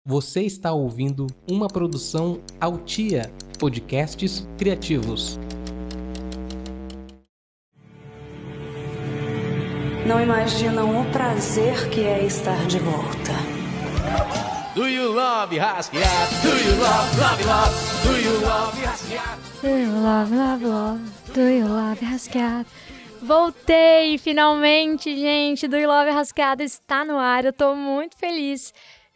Você está ouvindo uma produção Altia, podcasts criativos. Não imaginam o prazer que é estar de volta. Do you love Rasquiat? Do you love, love, love? Do you love Rasquiat? Do you love, love, love? Do you love Rasquiat? Voltei, finalmente, gente! Do You Love Rasquiat está no ar, eu tô muito feliz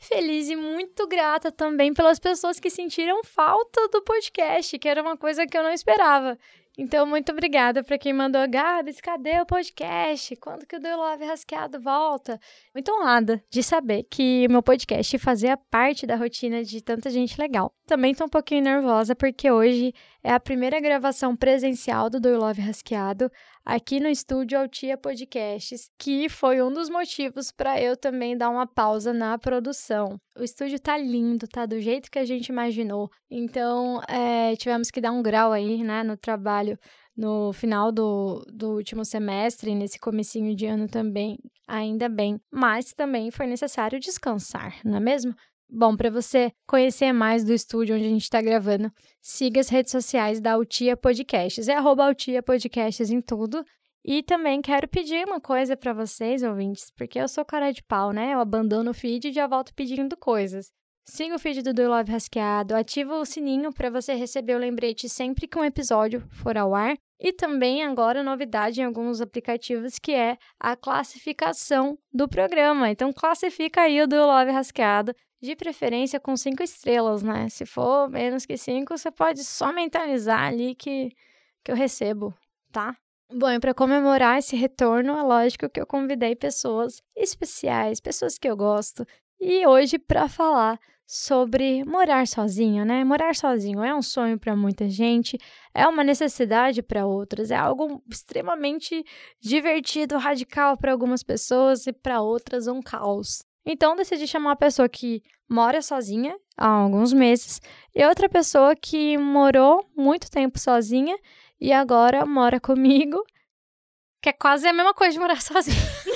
e muito grata também pelas pessoas que sentiram falta do podcast, que era uma coisa que eu não esperava. Então, muito obrigada para quem mandou, Gabs, cadê o podcast? Quando que o Do You Love Rasquiat volta? Muito honrada de saber que o meu podcast fazia parte da rotina de tanta gente legal. Também tô um pouquinho nervosa porque hoje é a primeira gravação presencial do Do You Love Rasquiat aqui no estúdio Altia Podcasts, que foi um dos motivos para eu também dar uma pausa na produção. O estúdio tá lindo, tá do jeito que a gente imaginou. Então, tivemos que dar um grau aí, né, no trabalho no final do último semestre, nesse comecinho de ano também, ainda bem. Mas também foi necessário descansar, não é mesmo? Bom, para você conhecer mais do estúdio onde a gente está gravando, siga as redes sociais da Altia Podcasts. É @Altia Podcasts em tudo. E também quero pedir uma coisa para vocês, ouvintes, porque eu sou cara de pau, né? Eu abandono o feed e já volto pedindo coisas. Siga o feed do Do You Love Rasquiat, ativa o sininho para você receber o lembrete sempre que um episódio for ao ar. E também agora novidade em alguns aplicativos que é a classificação do programa. Então classifica aí o Do You Love Rasquiat, de preferência com 5 estrelas, né? Se for menos que 5, você pode só mentalizar ali que eu recebo, tá? Bom, e para comemorar esse retorno, é lógico que eu convidei pessoas especiais, pessoas que eu gosto. E hoje para falar sobre morar sozinho, né? Morar sozinho é um sonho para muita gente, é uma necessidade para outras, é algo extremamente divertido, radical para algumas pessoas e para outras um caos. Então, decidi chamar uma pessoa que mora sozinha há alguns meses e outra pessoa que morou muito tempo sozinha e agora mora comigo, que é quase a mesma coisa de morar sozinha.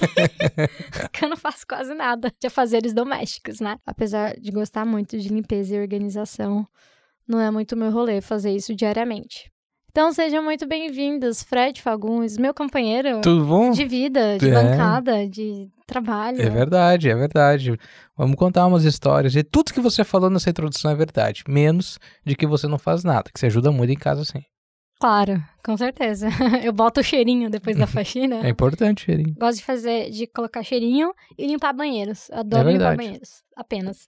Que eu não faço quase nada de afazeres domésticos, né? Apesar de gostar muito de limpeza e organização, não é muito meu rolê fazer isso diariamente. Então, sejam muito bem-vindos, Fred Fagundes, meu companheiro. Tudo bom? De vida, de bancada, de trabalho. É verdade. Vamos contar umas histórias. E tudo que você falou nessa introdução é verdade. Menos de que você não faz nada, que você ajuda muito em casa, sim. Claro, com certeza. Eu boto o cheirinho depois da faxina. É importante o cheirinho. Gosto de colocar cheirinho e limpar banheiros. Adoro limpar banheiros, apenas.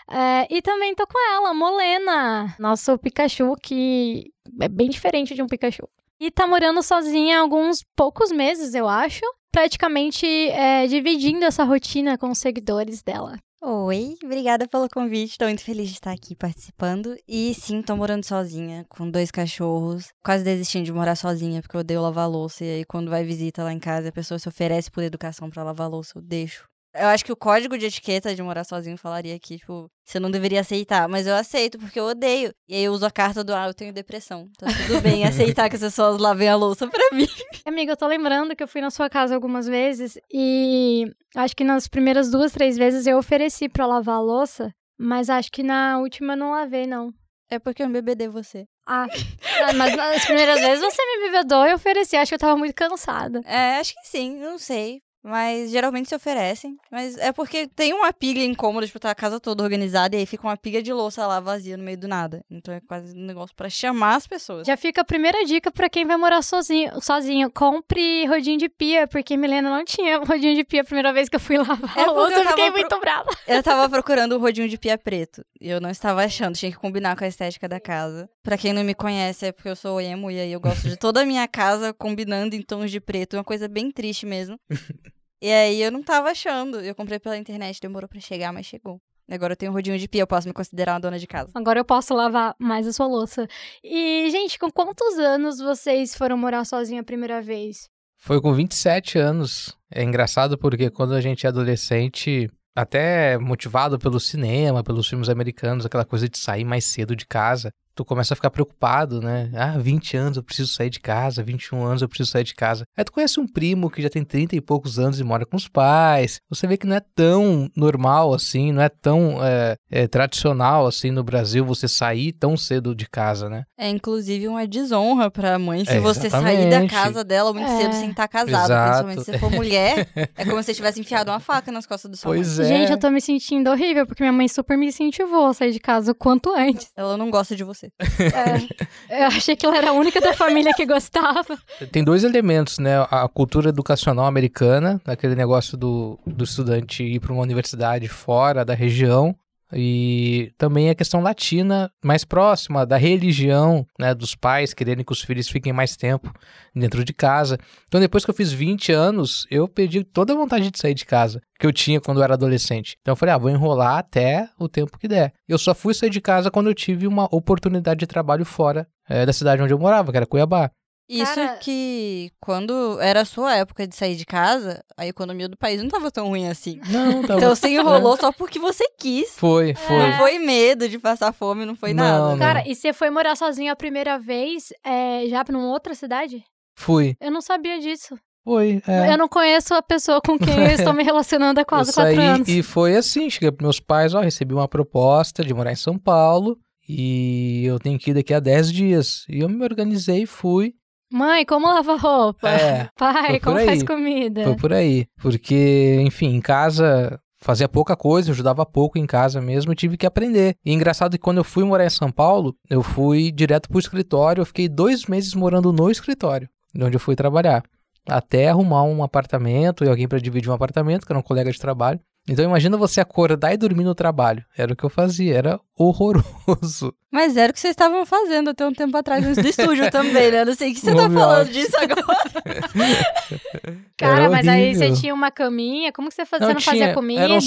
E também tô com ela, Molena, nosso Pikachu, que é bem diferente de um Pikachu. E tá morando sozinha há alguns poucos meses, eu acho. Praticamente dividindo essa rotina com os seguidores dela. Oi, obrigada pelo convite, estou muito feliz de estar aqui participando. E sim, tô morando sozinha, com 2 cachorros, quase desistindo de morar sozinha, porque eu odeio lavar louça. E aí quando vai visita lá em casa, a pessoa se oferece por educação pra lavar louça, eu deixo. Eu acho que o código de etiqueta de morar sozinho falaria que, tipo, você não deveria aceitar, mas eu aceito porque eu odeio. E aí eu uso a carta do, eu tenho depressão. Então tudo bem aceitar que as pessoas lavem a louça pra mim. Amiga, eu tô lembrando que eu fui na sua casa algumas vezes e acho que nas primeiras 2, 3 vezes eu ofereci pra lavar a louça, mas acho que na última eu não lavei, não. É porque eu embebedei você. Mas nas primeiras vezes você me embebedou e eu ofereci, acho que eu tava muito cansada. Acho que sim, não sei. Mas geralmente se oferecem. Mas é porque tem uma pilha incômoda, tipo, tá a casa toda organizada e aí fica uma pilha de louça lá vazia no meio do nada. Então é quase um negócio pra chamar as pessoas. Já fica a primeira dica pra quem vai morar sozinho. Compre rodinho de pia, porque Milena não tinha rodinho de pia a primeira vez que eu fui lavar a louça. Eu fiquei muito brava. Eu tava procurando o rodinho de pia preto. E eu não estava achando, tinha que combinar com a estética da casa. Pra quem não me conhece, é porque eu sou emo e aí eu gosto de toda a minha casa combinando em tons de preto. Uma coisa bem triste mesmo. E aí eu não tava achando. Eu comprei pela internet, demorou pra chegar, mas chegou. Agora eu tenho um rodinho de pia, eu posso me considerar uma dona de casa. Agora eu posso lavar mais a sua louça. E, gente, com quantos anos vocês foram morar sozinha a primeira vez? Foi com 27 anos. É engraçado porque quando a gente é adolescente, até motivado pelo cinema, pelos filmes americanos, aquela coisa de sair mais cedo de casa, tu começa a ficar preocupado, né? 20 anos eu preciso sair de casa, 21 anos eu preciso sair de casa. Aí tu conhece um primo que já tem 30 e poucos anos e mora com os pais. Você vê que não é tão normal assim, não é tão tradicional assim no Brasil você sair tão cedo de casa, né? É inclusive uma desonra pra mãe se você exatamente. sair da casa dela muito cedo sem estar casado. Exato. Principalmente se você for mulher, é como se você tivesse enfiado uma faca nas costas do seu mãe. Pois é. Gente, eu tô me sentindo horrível, porque minha mãe super me incentivou a sair de casa o quanto antes. Ela não gosta de você. Eu achei que ela era a única da família que gostava. Tem dois elementos, né? A cultura educacional americana, aquele negócio do estudante ir para uma universidade fora da região, e também a questão latina mais próxima da religião, né, dos pais quererem que os filhos fiquem mais tempo dentro de casa. Então depois que eu fiz 20 anos, eu perdi toda a vontade de sair de casa que eu tinha quando eu era adolescente. Então eu falei, vou enrolar até o tempo que der. Eu só fui sair de casa quando eu tive uma oportunidade de trabalho fora da cidade onde eu morava, que era Cuiabá. Isso Cara... que quando era a sua época de sair de casa, a economia do país não tava tão ruim assim. Não, tava... Então você enrolou só porque você quis. Foi. Não foi medo de passar fome, não foi nada. Não. Cara, e você foi morar sozinho a primeira vez já pra uma outra cidade? Fui. Eu não sabia disso. Foi, Eu não conheço a pessoa com quem eu estou me relacionando há quase 4 anos. E foi assim, cheguei pros meus pais, recebi uma proposta de morar em São Paulo e eu tenho que ir daqui a 10 dias. E eu me organizei e fui. Mãe, como lava roupa? Pai, como aí. faz comida? Foi por aí. Porque, enfim, em casa fazia pouca coisa, eu ajudava pouco em casa mesmo, eu tive que aprender. E engraçado que quando eu fui morar em São Paulo, eu fui direto pro escritório, eu fiquei 2 meses morando no escritório, onde eu fui trabalhar. Até arrumar um apartamento e alguém para dividir um apartamento, que era um colega de trabalho. Então imagina você acordar e dormir no trabalho. Era o que eu fazia, era horroroso. Mas era o que vocês estavam fazendo até um tempo atrás antes do estúdio também, né? Não sei o que você tá falando disso agora. Cara, mas aí você tinha uma caminha, como que você fazia? Você não fazia comida? Era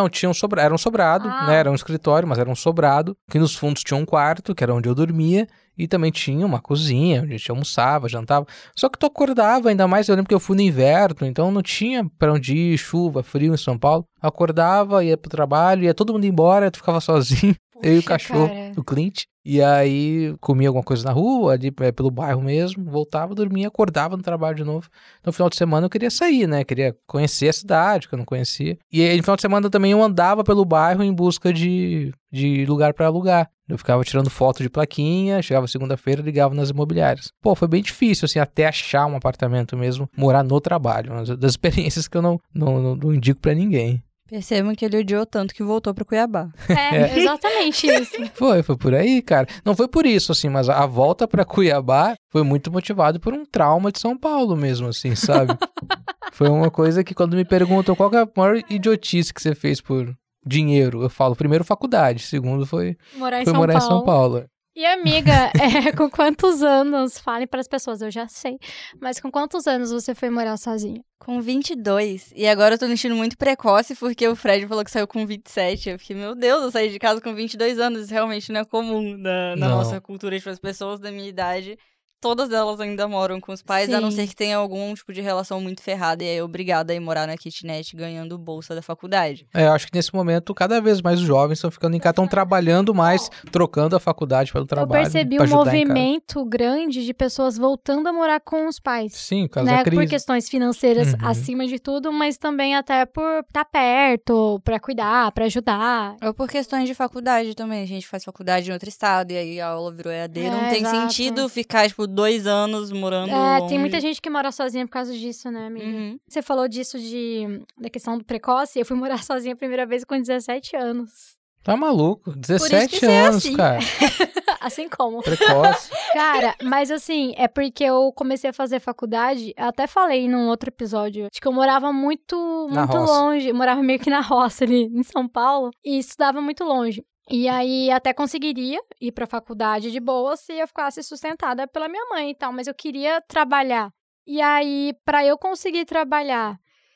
um sobrado, né? Era um escritório, mas era um sobrado. Que nos fundos tinha um quarto, que era onde eu dormia. E também tinha uma cozinha, onde a gente almoçava, jantava. Só que tu acordava, ainda mais, eu lembro que eu fui no inverno, então não tinha pra onde ir, chuva, frio em São Paulo. Acordava, ia pro trabalho, ia todo mundo embora, tu ficava sozinho. Puxa, eu e o cachorro, cara. o Clint. E aí comia alguma coisa na rua, ali pelo bairro mesmo, voltava, dormia, acordava no trabalho de novo. No final de semana eu queria sair, né? Queria conhecer a cidade, que eu não conhecia. E aí no final de semana também eu andava pelo bairro em busca de lugar pra alugar. Eu ficava tirando foto de plaquinha, chegava segunda-feira, ligava nas imobiliárias. Pô, foi bem difícil, assim, até achar um apartamento mesmo, morar no trabalho. Uma das experiências que eu não indico pra ninguém. Percebam que ele odiou tanto que voltou pro Cuiabá. Exatamente isso. Foi por aí, cara. Não foi por isso, assim, mas a volta pra Cuiabá foi muito motivado por um trauma de São Paulo mesmo, assim, sabe? Foi uma coisa que quando me perguntam qual que é a maior idiotice que você fez por dinheiro, eu falo, primeiro faculdade, segundo foi morar em São Paulo. E amiga, com quantos anos, fale para as pessoas, eu já sei, mas com quantos anos você foi morar sozinha? Com 22. E agora eu tô me sentindo muito precoce porque o Fred falou que saiu com 27. Eu fiquei, meu Deus, eu saí de casa com 22 anos. Isso realmente não é comum na nossa cultura. Tipo, as pessoas da minha idade, todas elas ainda moram com os pais, a não ser que tenha algum tipo de relação muito ferrada e é obrigada a ir morar na kitnet ganhando bolsa da faculdade. Eu acho que nesse momento, cada vez mais os jovens estão ficando em casa, estão trabalhando mais, trocando a faculdade pelo trabalho. Eu percebi um movimento grande de pessoas voltando a morar com os pais. Sim, por causa da crise. Por questões financeiras acima de tudo, mas também até por estar perto, pra cuidar, pra ajudar. Ou por questões de faculdade também. A gente faz faculdade em outro estado e aí a aula virou EAD. Não tem sentido ficar, tipo, 2 anos morando longe. Tem muita gente que mora sozinha por causa disso, né, amiga? Você falou disso da questão do precoce. Eu fui morar sozinha a primeira vez com 17 anos. Tá maluco? 17 anos, assim. cara. Assim como. Precoce. Cara, mas assim, é porque eu comecei a fazer faculdade, eu até falei num outro episódio, de que eu morava muito longe. Eu morava meio que na roça ali, em São Paulo, e estudava muito longe. E aí, até conseguiria ir pra faculdade de boa se eu ficasse sustentada pela minha mãe e tal, mas eu queria trabalhar. E aí, pra eu conseguir trabalhar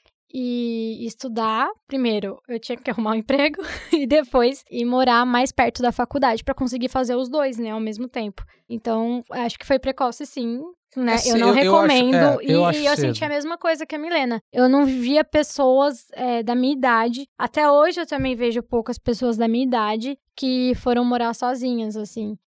e estudar, primeiro, eu tinha que arrumar um emprego e depois ir morar mais perto da faculdade pra conseguir fazer os dois, né, ao mesmo tempo. Então, acho que foi precoce, sim. Né? Eu não recomendo. E eu senti a mesma coisa que a Milena. Eu não via pessoas da minha idade. Até hoje eu também vejo poucas pessoas da minha idade que foram morar sozinhas, assim.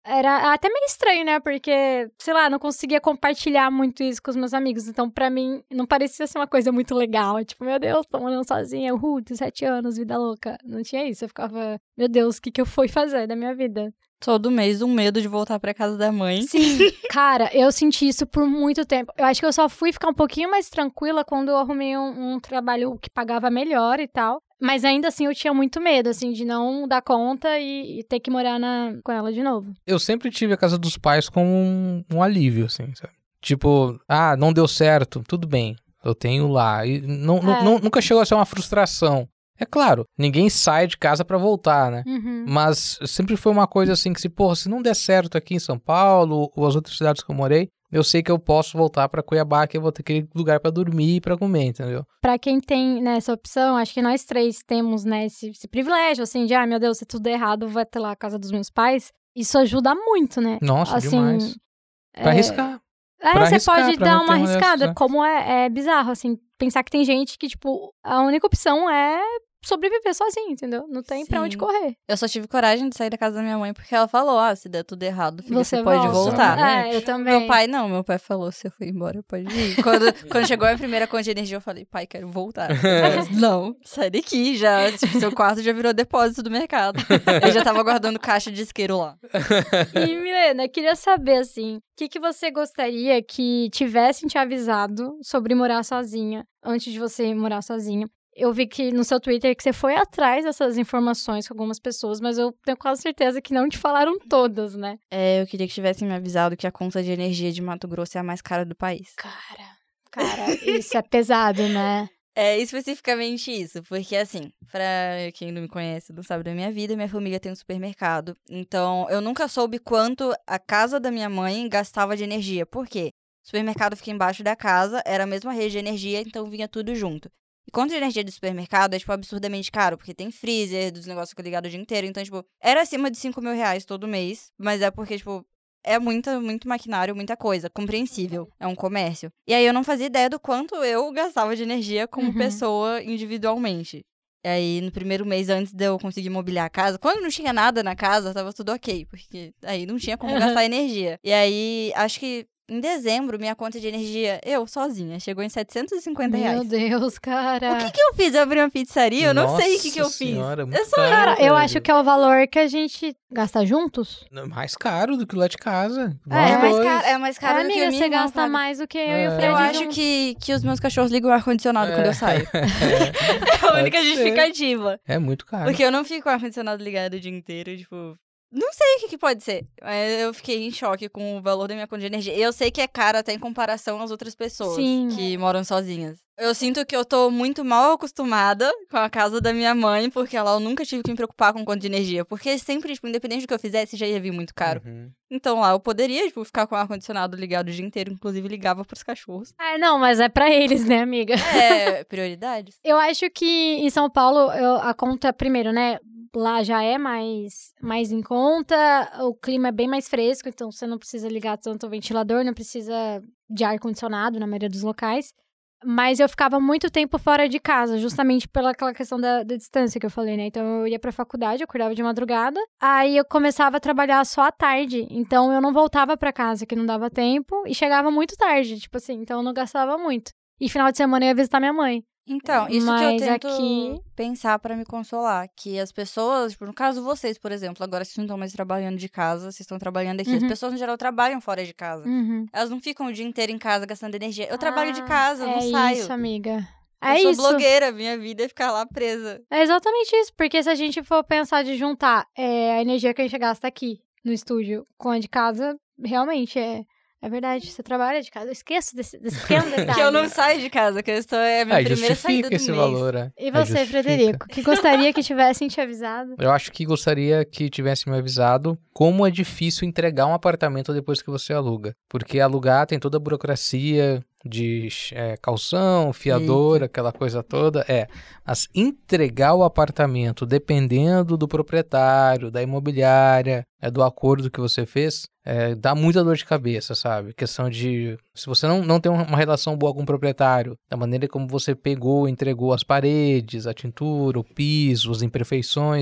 era até meio estranho, né? Porque, sei lá, não conseguia compartilhar muito isso com os meus amigos. Então, pra mim, não parecia ser uma coisa muito legal. Tipo, meu Deus, tô morando sozinha, 17 anos, vida louca. Não tinha isso. Eu ficava, meu Deus, o que eu fui fazer da minha vida? Todo mês um medo de voltar pra casa da mãe. Sim, cara, eu senti isso por muito tempo. Eu acho que eu só fui ficar um pouquinho mais tranquila quando eu arrumei um trabalho que pagava melhor e tal. Mas ainda assim eu tinha muito medo, assim, de não dar conta e ter que morar com ela de novo. Eu sempre tive a casa dos pais como um alívio, assim, sabe? Tipo, não deu certo, tudo bem, eu tenho lá. E nunca chegou a ser uma frustração. É claro, ninguém sai de casa pra voltar, né? Uhum. Mas sempre foi uma coisa assim que se não der certo aqui em São Paulo ou as outras cidades que eu morei, eu sei que eu posso voltar pra Cuiabá, que eu vou ter aquele lugar pra dormir e pra comer, entendeu? Pra quem tem, né, essa opção, acho que nós três temos, né, esse privilégio, assim, de, meu Deus, se tudo der errado, vai ter lá a casa dos meus pais. Isso ajuda muito, né? Nossa, assim, demais. Pra arriscar. Você pode dar uma arriscada, dessas, como é bizarro, assim, pensar que tem gente que, tipo, a única opção é sobreviver sozinho, entendeu? Não tem pra onde correr. Eu só tive coragem de sair da casa da minha mãe porque ela falou, se der tudo errado, filha, você pode volta. voltar. Eu também. Meu pai falou, se eu for embora, pode ir. Quando chegou a primeira conta de energia, eu falei, pai, quero voltar. Mas, não, sai daqui, já, seu quarto já virou depósito do mercado. Eu já tava guardando caixa de isqueiro lá. E, Milena, queria saber, assim, o que você gostaria que tivessem te avisado sobre morar sozinha, antes de você morar sozinha? Eu vi que no seu Twitter que você foi atrás dessas informações com algumas pessoas, mas eu tenho quase certeza que não te falaram todas, né? Eu queria que tivessem me avisado que a conta de energia de Mato Grosso é a mais cara do país. Cara, isso é pesado, né? É especificamente isso, porque assim, pra quem não me conhece, não sabe da minha vida, minha família tem um supermercado. Então, eu nunca soube quanto a casa da minha mãe gastava de energia. Por quê? O supermercado fica embaixo da casa, era a mesma rede de energia, então vinha tudo junto. E conta de energia do supermercado é, tipo, absurdamente caro, porque tem freezer, dos negócios que eu ligado o dia inteiro. Então, tipo, era acima de 5 mil reais todo mês, mas é porque, tipo, é muito maquinário, muita coisa, compreensível. É um comércio. E aí eu não fazia ideia do quanto eu gastava de energia como pessoa individualmente. E aí, no primeiro mês, antes de eu conseguir mobiliar a casa, quando não tinha nada na casa, tava tudo ok, porque aí não tinha como gastar energia. E aí, acho que em dezembro, minha conta de energia, eu sozinha, chegou em 750 reais. Meu Deus, cara. O que eu fiz? Eu abri uma pizzaria? Eu não sei o que eu senhora, fiz. Cara, eu acho que é o valor que a gente gasta juntos. Mais caro do que o lá de casa. É mais caro do que amiga, a minha você irmã gasta paga. mais do que eu e o Fred Eu acho juntos. que os meus cachorros ligam o ar-condicionado quando eu saio. É a única justificativa. É muito caro. Porque eu não fico com o ar-condicionado ligado o dia inteiro, tipo... Não sei o que pode ser, mas eu fiquei em choque com o valor da minha conta de energia. E eu sei que é caro até em comparação às outras pessoas que moram sozinhas. Eu sinto que eu tô muito mal acostumada com a casa da minha mãe, porque lá eu nunca tive que me preocupar com conta de energia. Porque sempre, tipo, independente do que eu fizesse, já ia vir muito caro. Então lá eu poderia, tipo, ficar com o ar-condicionado ligado o dia inteiro, inclusive ligava pros cachorros. Não, mas é pra eles, né, amiga? É, prioridades. Eu acho que em São Paulo, a conta, primeiro, né, lá já é mais em conta, o clima é bem mais fresco, então você não precisa ligar tanto o ventilador, não precisa de ar-condicionado na maioria dos locais. Mas eu ficava muito tempo fora de casa, justamente pelaquela questão da distância que eu falei, né? Então eu ia pra faculdade, eu acordava de madrugada, aí eu começava a trabalhar só à tarde, então eu não voltava pra casa, que não dava tempo, e chegava muito tarde, tipo assim, então eu não gastava muito. E final de semana eu ia visitar minha mãe. Então, isso mas que eu tento aqui... pensar pra me consolar, que as pessoas, tipo, no caso vocês, por exemplo, agora vocês não estão mais trabalhando de casa, vocês estão trabalhando aqui. As pessoas, no geral, trabalham fora de casa. Elas não ficam o dia inteiro em casa gastando energia. Eu trabalho de casa, eu não saio. É isso, amiga. Eu sou blogueira, minha vida é ficar lá presa. É exatamente isso, porque se a gente for pensar de juntar a energia que a gente gasta aqui no estúdio com a de casa, realmente é verdade, você trabalha de casa. Eu esqueço desse pequeno detalhe. Que eu não saio de casa, que eu estou a minha primeira saída do mês. Esse valor, E você, Frederico, que gostaria que tivessem te avisado? Eu acho que gostaria que tivessem me avisado como é difícil entregar um apartamento depois que você aluga. Porque alugar tem toda a burocracia de calção, fiador, aquela coisa toda. Mas entregar o apartamento dependendo do proprietário, da imobiliária, do acordo que você fez, dá muita dor de cabeça, sabe? Questão de... Se você não tem uma relação boa com o proprietário, da maneira como você pegou, entregou as paredes, a tintura, o piso, as imperfeições...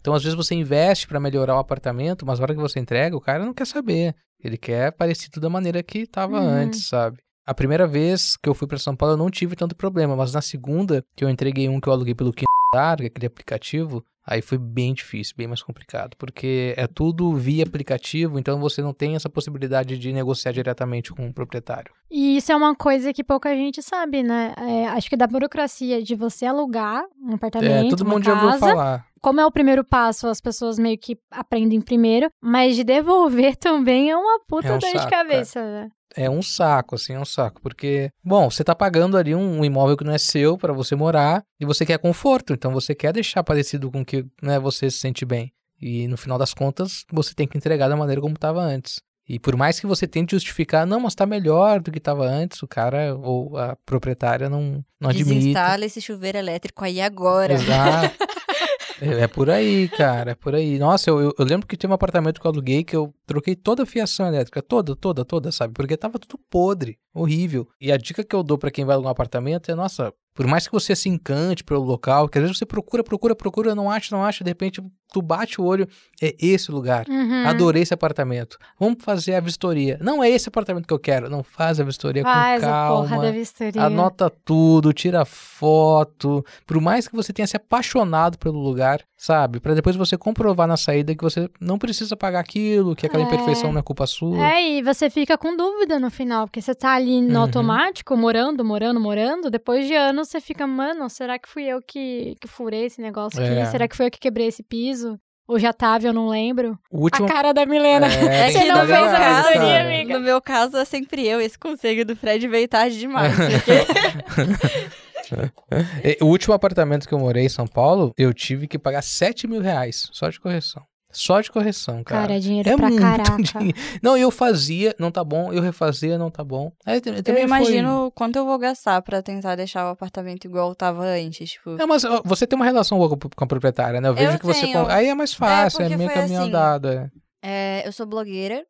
Então, às vezes, você investe pra melhorar o apartamento, mas na hora que você entrega, o cara não quer saber. Ele quer parecido da maneira que estava antes, sabe? A primeira vez que eu fui pra São Paulo, eu não tive tanto problema, mas na segunda, que eu entreguei um que eu aluguei pelo Kindar, aquele aplicativo, aí foi bem difícil, bem mais complicado, porque é tudo via aplicativo, então você não tem essa possibilidade de negociar diretamente com o proprietário. E isso é uma coisa que pouca gente sabe, né? Acho que da burocracia de você alugar um apartamento, Todo uma mundo casa, já ouviu falar. como é o primeiro passo, as pessoas meio que aprendem primeiro, mas de devolver também é uma puta É um dor de saco, cabeça, né? É um saco, assim, é um saco, porque, bom, você tá pagando ali um imóvel que não é seu pra você morar e você quer conforto, então você quer deixar parecido com que, né, você se sente bem. E no final das contas, você tem que entregar da maneira como estava antes. E por mais que você tente justificar, não, mas tá melhor do que estava antes, o cara ou a proprietária não admite. Desinstala esse chuveiro elétrico aí agora. Exato. É por aí, cara, é por aí. Nossa, eu lembro que tinha um apartamento que eu aluguei que eu troquei toda a fiação elétrica, toda, sabe? Porque tava tudo podre, horrível. E a dica que eu dou pra quem vai alugar um apartamento é, nossa, por mais que você se encante pelo local, que às vezes você procura, não acha, de repente tu bate o olho, é esse o lugar. Adorei esse apartamento. Vamos fazer a vistoria. Não é esse apartamento que eu quero. Não, faz a vistoria com calma. Faz a porra da vistoria. Anota tudo, tira foto. Por mais que você tenha se apaixonado pelo lugar, sabe? Pra depois você comprovar na saída que você não precisa pagar aquilo, que aquela imperfeição não é culpa sua. E você fica com dúvida no final, porque você tá ali no automático, morando, depois de anos você fica, mano, será que fui eu que furei esse negócio aqui? Será que fui eu que quebrei esse piso? Ou já tava, eu não lembro. A cara da Milena. Você não fez a vistoria, amiga. No meu caso, é sempre eu. Esse conselho do Fred veio tarde demais. O último apartamento que eu morei em São Paulo, eu tive que pagar R$7.000 só de correção. Só de correção, cara. Cara, é dinheiro pra caraca. Dinheiro. Não, eu fazia, não tá bom. Eu refazia, não tá bom. Aí, eu imagino quanto eu vou gastar pra tentar deixar o apartamento igual tava antes, tipo... Não, mas você tem uma relação boa com a proprietária, né? Eu vejo que você... Aí é mais fácil, é meio caminho andado. Eu sou blogueira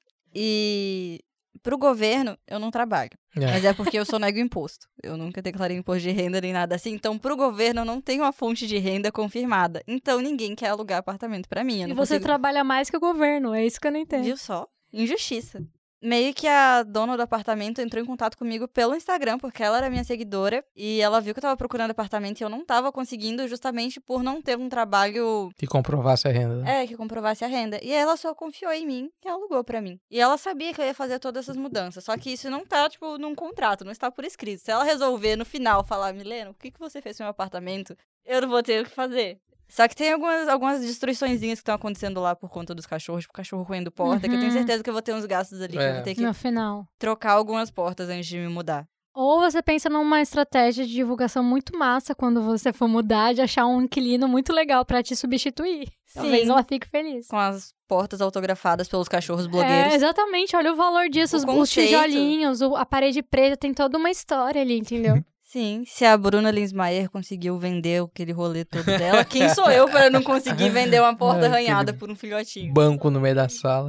e... Pro governo, eu não trabalho. Mas é porque eu só nego imposto. Eu nunca declarei imposto de renda nem nada assim. Então, pro governo, eu não tenho uma fonte de renda confirmada. Então, ninguém quer alugar apartamento pra mim. E você trabalha mais que o governo. É isso que eu não entendo. Viu só? Injustiça. Meio que a dona do apartamento entrou em contato comigo pelo Instagram, porque ela era minha seguidora. E ela viu que eu tava procurando apartamento e eu não tava conseguindo, justamente por não ter um trabalho... Que comprovasse a renda. Né? Que comprovasse a renda. E ela só confiou em mim e alugou pra mim. E ela sabia que eu ia fazer todas essas mudanças. Só que isso não tá, tipo, num contrato, não está por escrito. Se ela resolver, no final, falar, Milena, o que você fez com o meu apartamento? Eu não vou ter o que fazer. Só que tem algumas destruiçõezinhas que estão acontecendo lá por conta dos cachorros, tipo cachorro roendo porta, que eu tenho certeza que eu vou ter uns gastos ali, que eu vou ter que no final trocar algumas portas antes de me mudar. Ou você pensa numa estratégia de divulgação muito massa quando você for mudar, de achar um inquilino muito legal pra te substituir. Sim. Talvez ela fique feliz. Com as portas autografadas pelos cachorros blogueiros. Exatamente, olha o valor disso, os tijolinhos, a parede preta, tem toda uma história ali, entendeu? Sim, se a Bruna Linsmeyer conseguiu vender aquele rolê todo dela, quem sou eu para não conseguir vender uma porta arranhada por um filhotinho? Banco no meio da sala.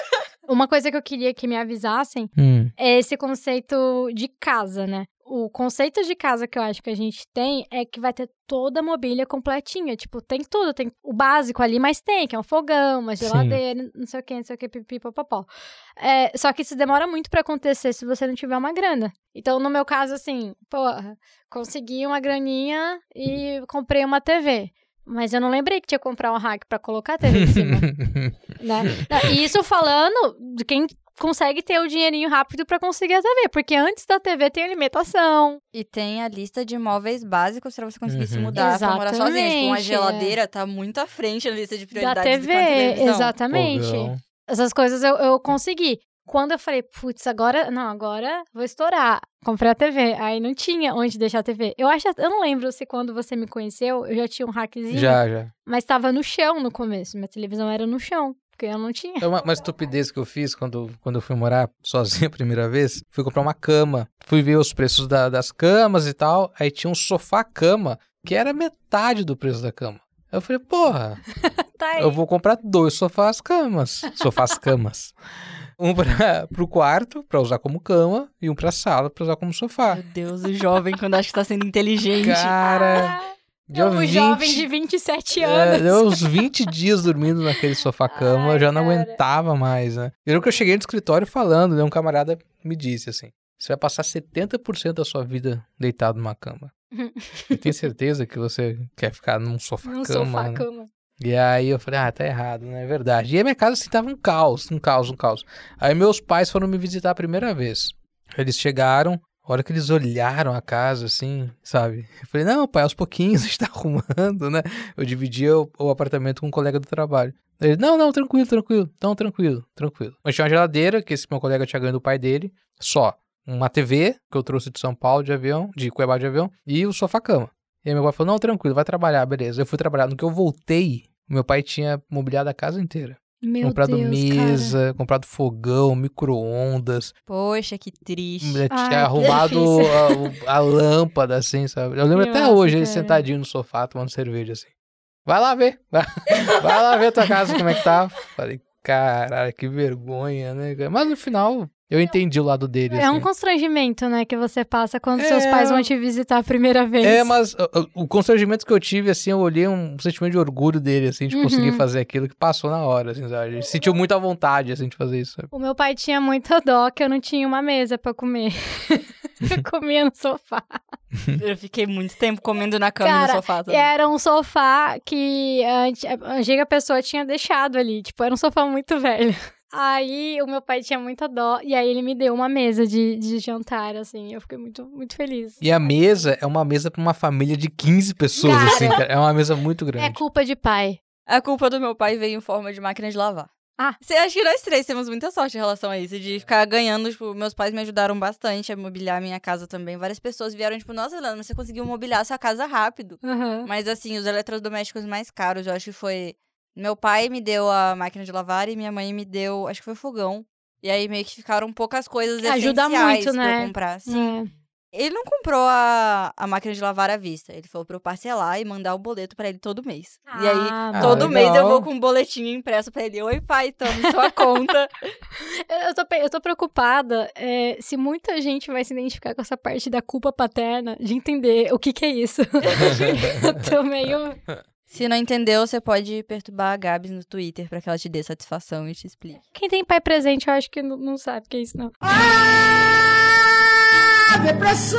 Uma coisa que eu queria que me avisassem é esse conceito de casa, né? O conceito de casa que eu acho que a gente tem é que vai ter toda a mobília completinha. Tipo, tem tudo, tem o básico ali, mas tem, que é um fogão, uma geladeira, não sei o que, pipi, popopó. Só que isso demora muito pra acontecer se você não tiver uma grana. Então, no meu caso, assim, consegui uma graninha e comprei uma TV. Mas eu não lembrei que tinha que comprar um rack pra colocar a TV em cima. Né? E isso falando de quem consegue ter o dinheirinho rápido pra conseguir a TV. Porque antes da TV tem alimentação. E tem a lista de móveis básicos pra você conseguir se mudar pra morar sozinha. Tipo, uma geladeira tá muito à frente na lista de prioridades da TV, exatamente. Fogão. Essas coisas eu consegui. Quando eu falei, putz, agora vou estourar. Comprei a TV. Aí não tinha onde deixar a TV. Eu não lembro se quando você me conheceu, eu já tinha um rackzinho. Já. Mas tava no chão no começo. Minha televisão era no chão, porque eu não tinha. É uma estupidez que eu fiz quando eu fui morar sozinho a primeira vez. Fui comprar uma cama. Fui ver os preços das camas e tal. Aí tinha um sofá-cama que era metade do preço da cama. Eu falei, porra, tá eu vou comprar 2 sofás-camas. Sofás-camas. Um pro quarto, pra usar como cama, e um pra sala, pra usar como sofá. Meu Deus, o jovem quando acha que tá sendo inteligente. Cara, Deu Um jovem de 27 anos. Deu uns 20 dias dormindo naquele sofá-cama, eu já não aguentava mais, né? Eu lembro que eu cheguei no escritório falando, né? Um camarada me disse assim, você vai passar 70% da sua vida deitado numa cama. Eu tenho certeza que você quer ficar num sofá-cama. Um sofá-cama. Né? E aí eu falei, tá errado, né? É verdade. E a minha casa assim tava um caos. Aí meus pais foram me visitar a primeira vez. Eles chegaram, a hora que eles olharam a casa, assim, sabe? Eu falei, não, pai, aos pouquinhos a gente tá arrumando, né? Eu dividia o apartamento com um colega do trabalho. Ele, não, tranquilo. Mas tinha uma geladeira, que esse meu colega tinha ganho do pai dele, só. Uma TV, que eu trouxe de São Paulo de Cuiabá de avião, e o sofá-cama. E aí meu pai falou, não, tranquilo, vai trabalhar, beleza. Eu fui trabalhar. No que eu voltei, meu pai tinha mobiliado a casa inteira. Meu comprado Deus, mesa, cara. comprado fogão, micro-ondas. Poxa, que triste. Tinha arrumado a lâmpada, assim, sabe? Eu lembro até Nossa, hoje, ele cara. sentadinho no sofá, tomando cerveja, assim. Vai lá ver. Vai lá ver a tua casa, como é que tá. Falei, caralho, que vergonha, né? Mas no final, eu entendi o lado dele, É assim. um constrangimento, né, que você passa quando seus pais vão te visitar a primeira vez. Mas o constrangimento que eu tive, assim, eu olhei um sentimento de orgulho dele, assim, de conseguir fazer aquilo que passou na hora, assim, sabe? Ele sentiu muita vontade, assim, de fazer isso, sabe? O meu pai tinha muita dó que eu não tinha uma mesa pra comer. Eu comia no sofá. Eu fiquei muito tempo comendo na cama e Cara, no sofá também. era um sofá que a antiga pessoa tinha deixado ali. Tipo, era um sofá muito velho. Aí o meu pai tinha muita dó e aí ele me deu uma mesa de jantar, assim. Eu fiquei muito, muito feliz. E a mesa é uma mesa pra uma família de 15 pessoas, Cara, assim, cara. É uma mesa muito grande. É culpa de pai. A culpa do meu pai veio em forma de máquina de lavar. Ah. Você acha que nós três temos muita sorte em relação a isso, de ficar ganhando, tipo, meus pais me ajudaram bastante a mobiliar a minha casa também. Várias pessoas vieram, tipo, nossa, Helena, você conseguiu mobiliar a sua casa rápido. Uhum. Mas, assim, os eletrodomésticos mais caros, eu acho que foi... Meu pai me deu a máquina de lavar e minha mãe me deu, acho que foi o fogão. E aí meio que ficaram poucas coisas Ajuda essenciais muito, pra né? eu comprar. Sim. É. Ele não comprou a máquina de lavar à vista. Ele falou pra eu parcelar e mandar o boleto pra ele todo mês. E aí, todo mês eu vou com um boletinho impresso pra ele. Oi, pai, tome sua conta. Eu tô preocupada se muita gente vai se identificar com essa parte da culpa paterna, de entender o que é isso. Eu tô meio... Se não entendeu, você pode perturbar a Gabs no Twitter pra que ela te dê satisfação e te explique. Quem tem pai presente, eu acho que não sabe o que é isso, não. Depressão!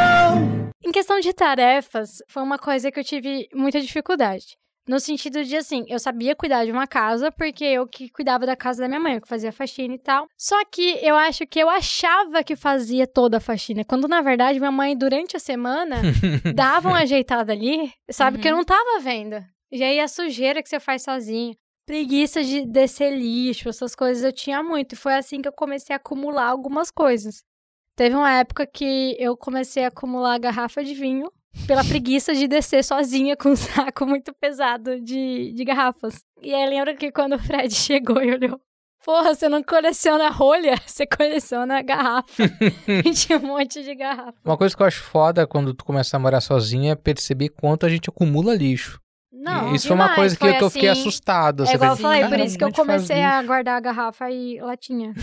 Em questão de tarefas, foi uma coisa que eu tive muita dificuldade. No sentido de, assim, eu sabia cuidar de uma casa, porque eu que cuidava da casa da minha mãe, eu que fazia faxina e tal. Só que eu acho que eu achava que fazia toda a faxina, quando na verdade minha mãe, durante a semana, dava uma ajeitada ali, sabe, que eu não tava vendo. E aí a sujeira que você faz sozinho, preguiça de descer lixo, essas coisas eu tinha muito. E foi assim que eu comecei a acumular algumas coisas. Teve uma época que eu comecei a acumular garrafa de vinho pela preguiça de descer sozinha com um saco muito pesado de garrafas. E aí lembro que quando o Fred chegou e olhou, porra, você não coleciona rolha, você coleciona garrafa. E tinha um monte de garrafa. Uma coisa que eu acho foda quando tu começa a morar sozinha é perceber quanto a gente acumula lixo. Não, Isso foi uma coisa que eu fiquei assim, assustado. É igual eu Você falei, fala, por isso que eu "Caramba, onde comecei faz a guardar a garrafa e latinha.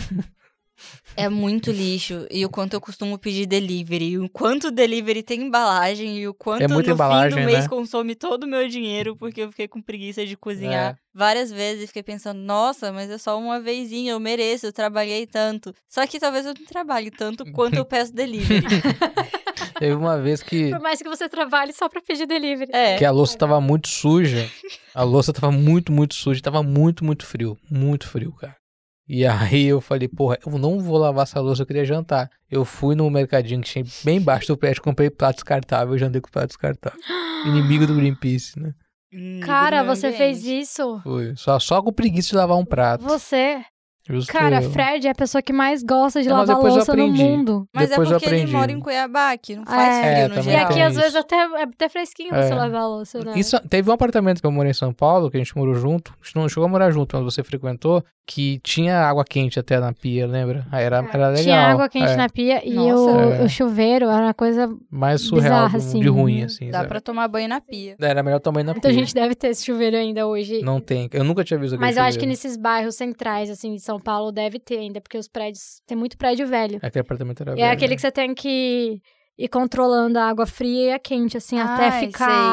É muito lixo. E o quanto eu costumo pedir delivery. O quanto o delivery tem embalagem. E o quanto no fim do mês consome todo o meu dinheiro. Porque eu fiquei com preguiça de cozinhar várias vezes. E fiquei pensando, nossa, mas é só uma vezinha. Eu mereço, eu trabalhei tanto. Só que talvez eu não trabalhe tanto quanto eu peço delivery. Teve uma vez que... Por mais que você trabalhe só pra pedir delivery. Que a louça tava muito suja. A louça tava muito, muito suja. Tava muito, muito frio. Muito frio, cara. E aí eu falei, porra, eu não vou lavar essa louça, eu queria jantar. Eu fui no mercadinho que tinha bem embaixo do prédio, comprei prato descartável, eu jantei com prato descartável. Inimigo do Greenpeace, né? Cara, você fez isso? Foi. Só com preguiça de lavar um prato. Você... Justo Cara, eu. Fred é a pessoa que mais gosta de Mas lavar depois eu louça no aprendi. mundo. Mas Depois é eu porque ele aprendi. mora em Cuiabá, que não faz frio no também E geral. aqui, tem às isso. vezes, até é até fresquinho você lavar a louça, né? Isso, teve um apartamento que eu morei em São Paulo, que a gente morou junto. A gente não chegou a morar junto, mas você frequentou, que tinha água quente até na pia, lembra? Aí era legal. Tinha água quente na pia e o chuveiro era uma coisa mais surreal, bizarra, assim. de ruim, assim. Dá sabe? pra tomar banho na pia. Era melhor tomar na Muita pia. gente deve ter esse chuveiro ainda hoje. Não tem. Eu nunca tinha visto aquele Mas eu acho que chuveiro. nesses bairros centrais, assim, de São Paulo, deve ter ainda, porque os prédios... Tem muito prédio velho. Aquele apartamento era É velho, aquele né? que você tem que ir controlando a água fria e a quente, assim, até ficar...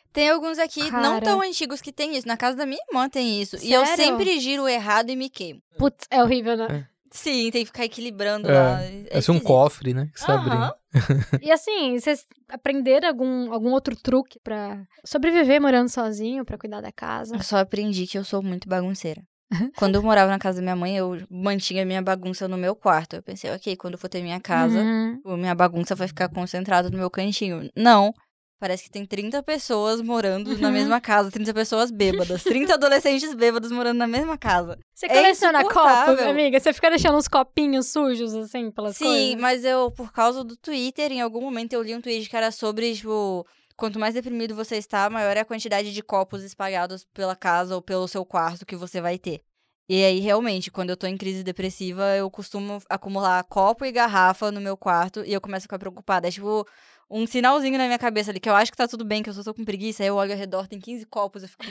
Tem alguns aqui Cara. não tão antigos que tem isso. Na casa da minha irmã tem isso. E eu Sério? sempre giro errado e me queimo. Putz, é horrível, né? Sim, tem que ficar equilibrando lá. É ser um cofre, né? Que você Aham. abre. E assim, vocês aprenderam algum outro truque pra sobreviver morando sozinho, pra cuidar da casa? Eu só aprendi que eu sou muito bagunceira. Quando eu morava na casa da minha mãe, eu mantinha minha bagunça no meu quarto. Eu pensei, ok, quando eu for ter minha casa, minha bagunça vai ficar concentrada no meu cantinho. Não. Parece que tem 30 pessoas morando na mesma casa, 30 pessoas bêbadas, 30 adolescentes bêbados morando na mesma casa. Você coleciona copo, insuportável. amiga? Você fica deixando uns copinhos sujos, assim, pelas coisas? Sim, mas eu, por causa do Twitter, em algum momento eu li um tweet que era sobre, tipo, quanto mais deprimido você está, maior é a quantidade de copos espalhados pela casa ou pelo seu quarto que você vai ter. E aí, realmente, quando eu tô em crise depressiva, eu costumo acumular copo e garrafa no meu quarto e eu começo a ficar preocupada. É tipo um sinalzinho na minha cabeça ali, que eu acho que tá tudo bem, que eu só tô com preguiça, aí eu olho ao redor, tem 15 copos, eu fico,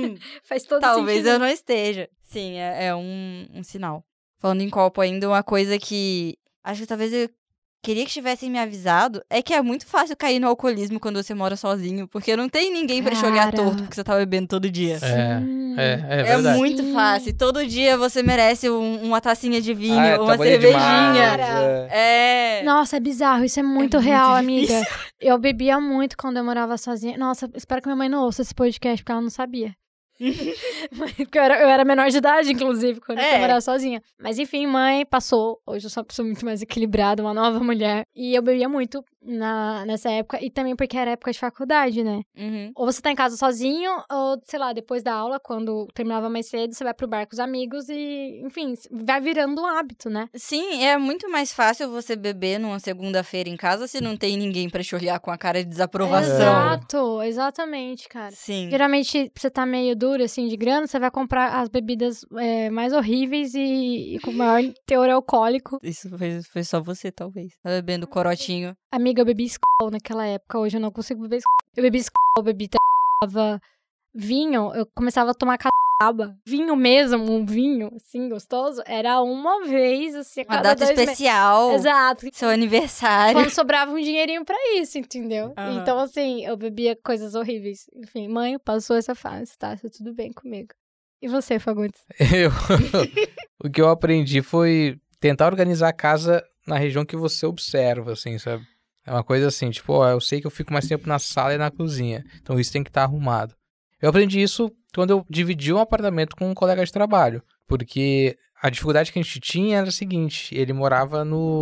Faz todo talvez sentido. eu não esteja. Sim, é um sinal. Falando em copo ainda, uma coisa que acho que talvez eu queria que tivessem me avisado é que é muito fácil cair no alcoolismo quando você mora sozinho, porque não tem ninguém pra te olhar Cara. torto porque você tá bebendo todo dia. É É verdade. muito fácil. Todo dia você merece uma tacinha de vinho, Ah, uma tá bonito cervejinha. demais, é. Nossa, é bizarro, isso é muito muito real, difícil. amiga. Eu bebia muito quando eu morava sozinha. Nossa, espero que minha mãe não ouça esse podcast, porque ela não sabia. Porque eu era menor de idade, inclusive, quando eu morava sozinha. Mas enfim, mãe passou. Hoje eu sou uma pessoa muito mais equilibrada, uma nova mulher. E eu bebia muito nessa época. E também porque era época de faculdade, né? Uhum. Ou você tá em casa sozinho, ou, sei lá, depois da aula, quando terminava mais cedo, você vai pro bar com os amigos e, enfim, vai virando um hábito, né? Sim, é muito mais fácil você beber numa segunda-feira em casa se não tem ninguém pra te olhar com a cara de desaprovação. Exato, exatamente, cara. Sim. Geralmente, você tá meio duro, assim, de grana, você vai comprar as bebidas mais horríveis e com maior teor alcoólico. Isso foi só você, talvez. Tá bebendo corotinho. Amiga, eu bebi Skol naquela época, hoje eu não consigo beber Skol. Eu bebi Skol, eu bebi tava vinho, eu começava a tomar catuaba. Vinho mesmo, um vinho, assim, gostoso, era uma vez, assim, a Uma cada data 2 meses. especial. Exato. Seu aniversário. Quando sobrava um dinheirinho pra isso, entendeu? Aham. Então, assim, eu bebia coisas horríveis. Enfim, mãe, passou essa fase, tá? Tudo bem comigo. E você, Fagundes? O que eu aprendi foi tentar organizar a casa na região que você observa, assim, sabe? É uma coisa assim, tipo, ó, eu sei que eu fico mais tempo na sala e na cozinha, então isso tem que estar arrumado. Eu aprendi isso quando eu dividi um apartamento com um colega de trabalho, porque a dificuldade que a gente tinha era a seguinte, ele morava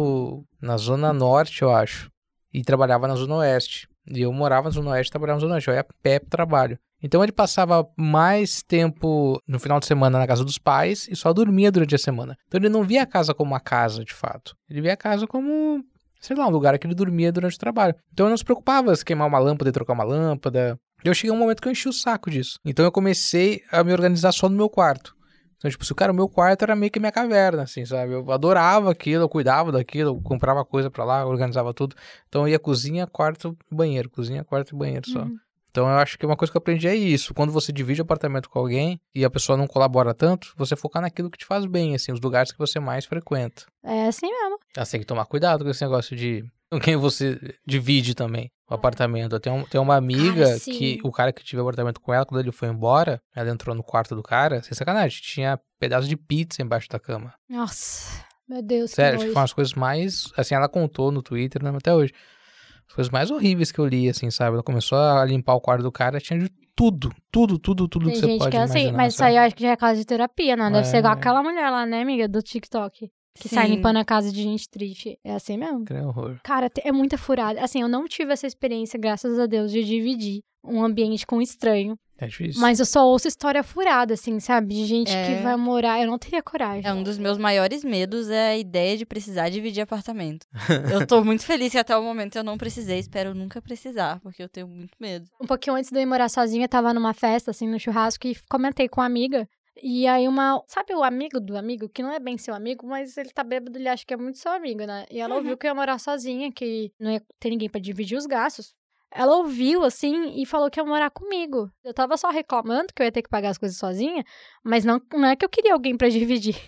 na zona norte, eu acho, e trabalhava na zona oeste. E eu morava na zona oeste e trabalhava na zona oeste, eu ia a pé pro trabalho. Então ele passava mais tempo no final de semana na casa dos pais e só dormia durante a semana. Então ele não via a casa como uma casa, de fato. Ele via a casa como, sei lá, um lugar que ele dormia durante o trabalho. Então eu não se preocupava se queimar uma lâmpada e trocar uma lâmpada. Eu cheguei a um momento que eu enchi o saco disso. Então eu comecei a me organizar só no meu quarto. Então, tipo, o meu quarto era meio que minha caverna, assim, sabe? Eu adorava aquilo, eu cuidava daquilo, eu comprava coisa pra lá, organizava tudo. Então eu ia cozinha, quarto e banheiro, cozinha, quarto e banheiro só. Então eu acho que uma coisa que eu aprendi é isso. Quando você divide o apartamento com alguém e a pessoa não colabora tanto, você focar naquilo que te faz bem, assim, os lugares que você mais frequenta. É assim mesmo. Você tem que tomar cuidado com esse negócio de com quem você divide também o apartamento. Tem uma amiga Cara, sim. que o cara que tive apartamento com ela, quando ele foi embora, ela entrou no quarto do cara, sem sacanagem, tinha pedaço de pizza embaixo da cama. Nossa, meu Deus, Sério, que tipo, nojo. foi umas coisas mais, assim, ela contou no Twitter, né, até hoje. As coisas mais horríveis que eu li, assim, sabe? Ela começou a limpar o quarto do cara, tinha de tudo Tem que você gente pode que é assim, imaginar, mas isso sabe? aí eu acho que já é casa de terapia, né? Deve ser igual É. aquela mulher lá, né, amiga, do TikTok. Que sai Sim. limpando a casa de gente triste. É assim mesmo. Que horror. Cara, é muita furada. Assim, eu não tive essa experiência, graças a Deus, de dividir um ambiente com um estranho. É difícil. Mas eu só ouço história furada, assim, sabe? De gente É. que vai morar. Eu não teria coragem. É um dos meus maiores medos, é a ideia de precisar dividir apartamento. Eu tô muito feliz que até o momento eu não precisei, espero nunca precisar, porque eu tenho muito medo. Um pouquinho antes de eu ir morar sozinha, eu tava numa festa, assim, no churrasco, e comentei com uma amiga. E aí sabe o amigo do amigo, que não é bem seu amigo, mas ele tá bêbado, ele acha que é muito seu amigo, né? E ela ouviu que eu ia morar sozinha, que não ia ter ninguém pra dividir os gastos. Ela ouviu, assim, e falou que ia morar comigo. Eu tava só reclamando que eu ia ter que pagar as coisas sozinha, mas não é que eu queria alguém pra dividir.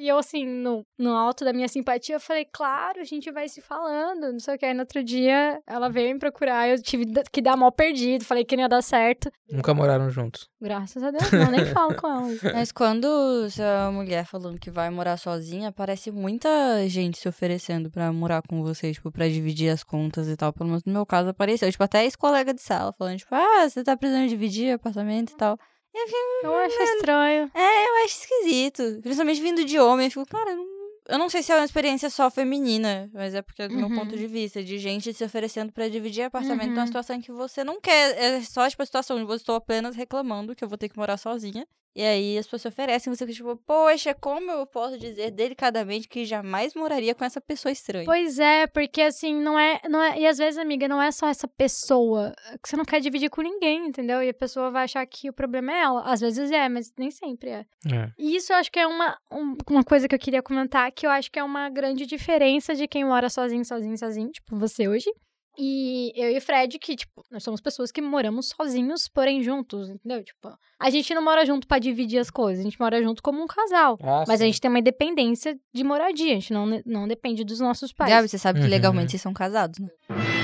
E eu, assim, no alto da minha simpatia, eu falei, claro, a gente vai se falando, não sei o que. Aí no outro dia, ela veio me procurar, eu tive que dar mal perdido, falei que não ia dar certo. Nunca moraram juntos. Graças a Deus, não, nem falo com ela. Mas quando sua mulher falando que vai morar sozinha, parece muita gente se oferecendo pra morar com você, tipo, pra dividir as contas e tal. Pelo menos no meu caso apareceu. Tipo, até ex-colega de sala falando, tipo, você tá precisando dividir apartamento e tal. E eu fiquei, Eu acho estranho. eu acho esquisito. Principalmente vindo de homem. Eu fico, cara, eu não sei se é uma experiência só feminina, mas é porque é do meu ponto de vista, de gente se oferecendo pra dividir apartamento numa situação em que você não quer. É só, tipo, a situação onde você estou apenas reclamando que eu vou ter que morar sozinha. E aí as pessoas se oferecem, você fica tipo, poxa, como eu posso dizer delicadamente que jamais moraria com essa pessoa estranha? Pois é, porque assim, não é. E às vezes, amiga, não é só essa pessoa que você não quer dividir com ninguém, entendeu? E a pessoa vai achar que o problema é ela. Às vezes é, mas nem sempre é. E isso eu acho que é uma coisa que eu queria comentar, que eu acho que é uma grande diferença de quem mora sozinho, tipo você hoje. E eu e o Fred, que, tipo, nós somos pessoas que moramos sozinhos, porém juntos, entendeu? Tipo, a gente não mora junto pra dividir as coisas, a gente mora junto como um casal. Mas sim. a gente tem uma independência de moradia, a gente não depende dos nossos pais. Gabi, você sabe que legalmente vocês são casados, né?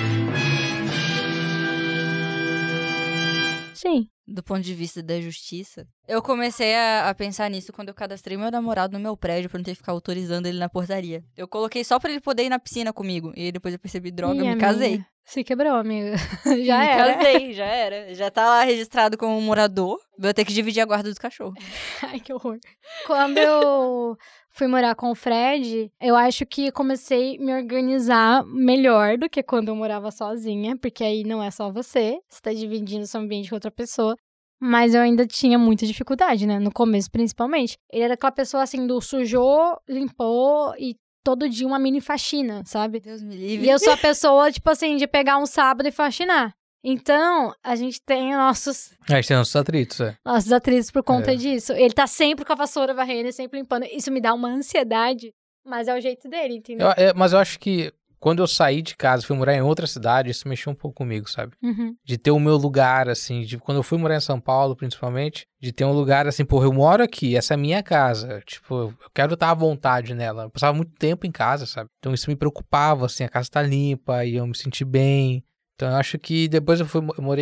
Sim. Do ponto de vista da justiça, eu comecei a pensar nisso quando eu cadastrei meu namorado no meu prédio pra não ter que ficar autorizando ele na portaria. Eu coloquei só pra ele poder ir na piscina comigo. E aí depois eu percebi, droga, me casei. Se quebrou, amiga. Me casei, já era. Já tá lá registrado como morador. Vou ter que dividir a guarda dos cachorros. Ai, que horror. Quando eu fui morar com o Fred, eu acho que comecei a me organizar melhor do que quando eu morava sozinha, porque aí não é só você tá dividindo seu ambiente com outra pessoa. Mas eu ainda tinha muita dificuldade, né? No começo, principalmente. Ele era aquela pessoa, assim, do sujou, limpou e todo dia uma mini faxina, sabe? Deus me livre. E eu sou a pessoa, tipo assim, de pegar um sábado e faxinar. Então, a gente tem nossos... A gente tem nossos atritos, Nossos atritos por conta disso. Ele tá sempre com a vassoura varrendo, sempre limpando. Isso me dá uma ansiedade, mas é o jeito dele, entendeu? Mas eu acho que quando eu saí de casa, fui morar em outra cidade, isso mexeu um pouco comigo, sabe? De ter o meu lugar, assim, quando eu fui morar em São Paulo, principalmente, de ter um lugar assim, porra, eu moro aqui, essa é a minha casa, tipo, eu quero estar à vontade nela. Eu passava muito tempo em casa, sabe? Então isso me preocupava, assim, a casa tá limpa e eu me senti bem. Então eu acho que depois eu morei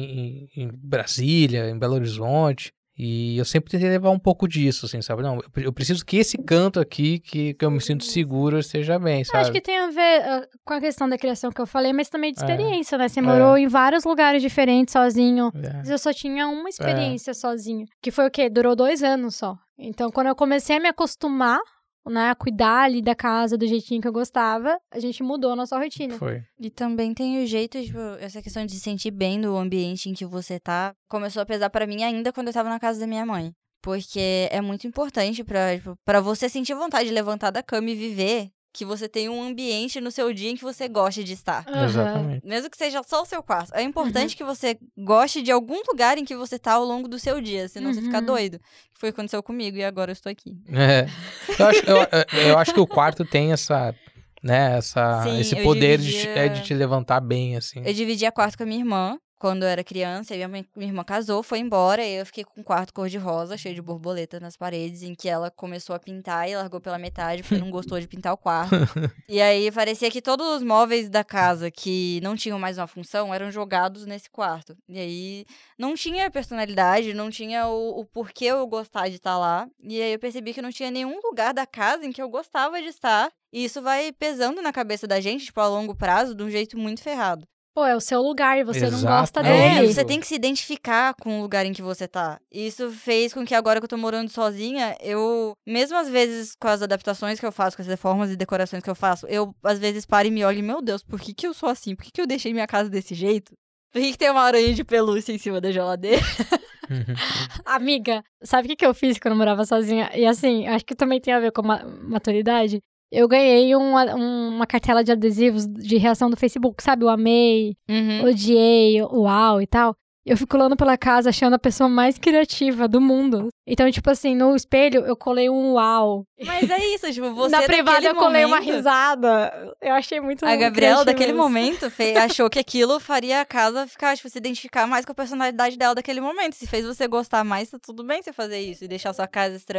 em Brasília, em Belo Horizonte, e eu sempre tentei levar um pouco disso, assim, sabe? Não, eu preciso que esse canto aqui, que eu me sinto seguro, esteja bem, sabe? Acho que tem a ver com a questão da criação que eu falei, mas também de experiência, né? Você morou em vários lugares diferentes, sozinho. Eu só tinha uma experiência sozinho, que foi o quê? Durou 2 anos só. Então, quando eu comecei a me acostumar, né, a cuidar ali da casa do jeitinho que eu gostava, a gente mudou a nossa rotina. Foi. E também tem o jeito, tipo, essa questão de se sentir bem no ambiente em que você tá, começou a pesar pra mim ainda quando eu tava na casa da minha mãe. Porque é muito importante pra você sentir vontade de levantar da cama e viver, que você tenha um ambiente no seu dia em que você goste de estar. Exatamente. Mesmo que seja só o seu quarto. É importante que você goste de algum lugar em que você tá ao longo do seu dia, senão você fica doido. Foi o que aconteceu comigo e agora eu estou aqui. Eu acho que o quarto tem essa, né, esse poder de te levantar bem, assim. Eu dividia quarto com a minha irmã. Quando eu era criança, minha irmã casou, foi embora, e eu fiquei com um quarto cor-de-rosa, cheio de borboleta nas paredes, em que ela começou a pintar e largou pela metade, porque não gostou de pintar o quarto. E aí, parecia que todos os móveis da casa que não tinham mais uma função eram jogados nesse quarto. E aí, não tinha personalidade, não tinha o porquê eu gostar de estar lá. E aí, eu percebi que não tinha nenhum lugar da casa em que eu gostava de estar. E isso vai pesando na cabeça da gente, tipo, a longo prazo, de um jeito muito ferrado. Pô, é o seu lugar e você não gosta Exatamente. dele. Você tem que se identificar com o lugar em que você tá. E isso fez com que agora que eu tô morando sozinha, eu, mesmo às vezes com as adaptações que eu faço, com as reformas e decorações que eu faço, eu às vezes paro e me olho e, meu Deus, por que eu sou assim? Por que eu deixei minha casa desse jeito? Por que tem uma aranha de pelúcia em cima da geladeira? Amiga, sabe o que eu fiz quando eu morava sozinha? E assim, acho que também tem a ver com maturidade. Eu ganhei uma cartela de adesivos de reação do Facebook, sabe? O amei, odiei, o uau e tal. Eu fico colando pela casa achando a pessoa mais criativa do mundo. Então, tipo assim, no espelho eu colei um uau. Mas é isso, tipo, você na privada eu colei uma momento, risada. Eu achei muito a Gabriela, daquele isso. momento, achou que aquilo faria a casa ficar, tipo, se identificar mais com a personalidade dela daquele momento. Se fez você gostar mais, tá tudo bem você fazer isso e deixar sua casa estranha.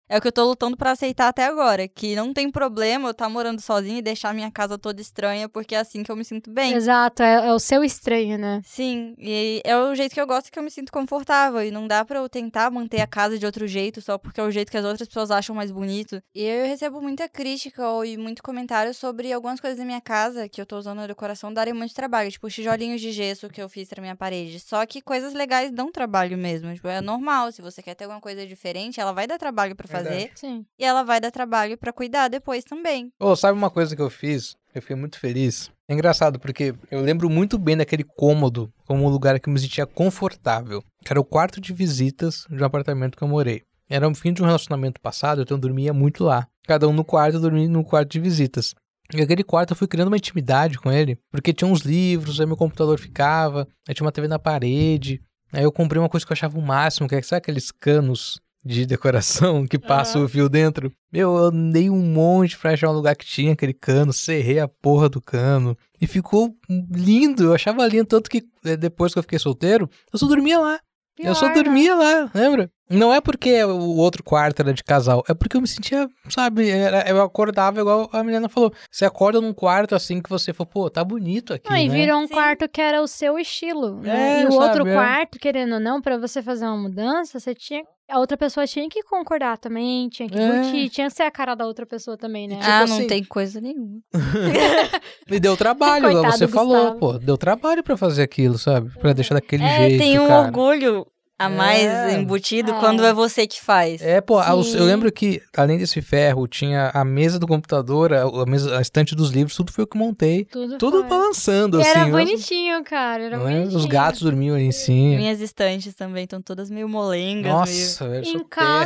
É o que eu tô lutando pra aceitar até agora, que não tem problema eu estar morando sozinha e deixar minha casa toda estranha, porque é assim que eu me sinto bem. Exato, é o seu estranho, né? Sim, e é o jeito que eu gosto, que eu me sinto confortável, e não dá pra eu tentar manter a casa de outro jeito, só porque é o jeito que as outras pessoas acham mais bonito. E eu recebo muita crítica e muito comentário sobre algumas coisas da minha casa, que eu tô usando na decoração, darem muito trabalho, tipo os tijolinhos de gesso que eu fiz pra minha parede. Só que coisas legais dão trabalho mesmo, tipo, é normal, se você quer ter alguma coisa diferente, ela vai dar trabalho pra fazer, Sim. e ela vai dar trabalho pra cuidar depois também. Ô, sabe uma coisa que eu fiz? Eu fiquei muito feliz. É engraçado, porque eu lembro muito bem daquele cômodo como um lugar que eu me sentia confortável. Que era o quarto de visitas de um apartamento que eu morei. Era o fim de um relacionamento passado, então eu dormia muito lá. Cada um no quarto, eu dormia no quarto de visitas. E aquele quarto eu fui criando uma intimidade com ele, porque tinha uns livros, aí meu computador ficava, aí tinha uma TV na parede. Aí eu comprei uma coisa que eu achava o máximo, que é, sabe aqueles canos de decoração que passa o fio dentro? Eu andei um monte pra achar um lugar que tinha aquele cano, serrei a porra do cano. E ficou lindo, eu achava lindo, tanto que depois que eu fiquei solteiro, eu só dormia lá. Pior, eu só dormia lá, lembra? Não é porque o outro quarto era de casal, é porque eu me sentia, sabe, eu acordava igual a Milena falou. Você acorda num quarto assim que você falou, pô, tá bonito aqui, E né? virou um Sim. quarto que era o seu estilo, né? E o sabe, outro quarto, querendo ou não, pra você fazer uma mudança, a outra pessoa tinha que concordar também, tinha que curtir, tinha que ser a cara da outra pessoa também, né? Não assim, tem coisa nenhuma. Me deu trabalho, igual Coitado você do falou, Gustavo. pô, deu trabalho pra fazer aquilo, sabe? Pra deixar daquele jeito, Tem um cara. orgulho a mais embutido quando é você que faz. Pô, Sim. eu lembro que, além desse ferro, tinha a mesa do computador, a estante dos livros, tudo foi eu que montei. Tudo foi. balançando, E assim. era mas- bonitinho, cara, era não é? bonitinho. Os gatos dormiam ali em cima. Minhas estantes também estão todas meio molengas. Nossa, velho, eu sou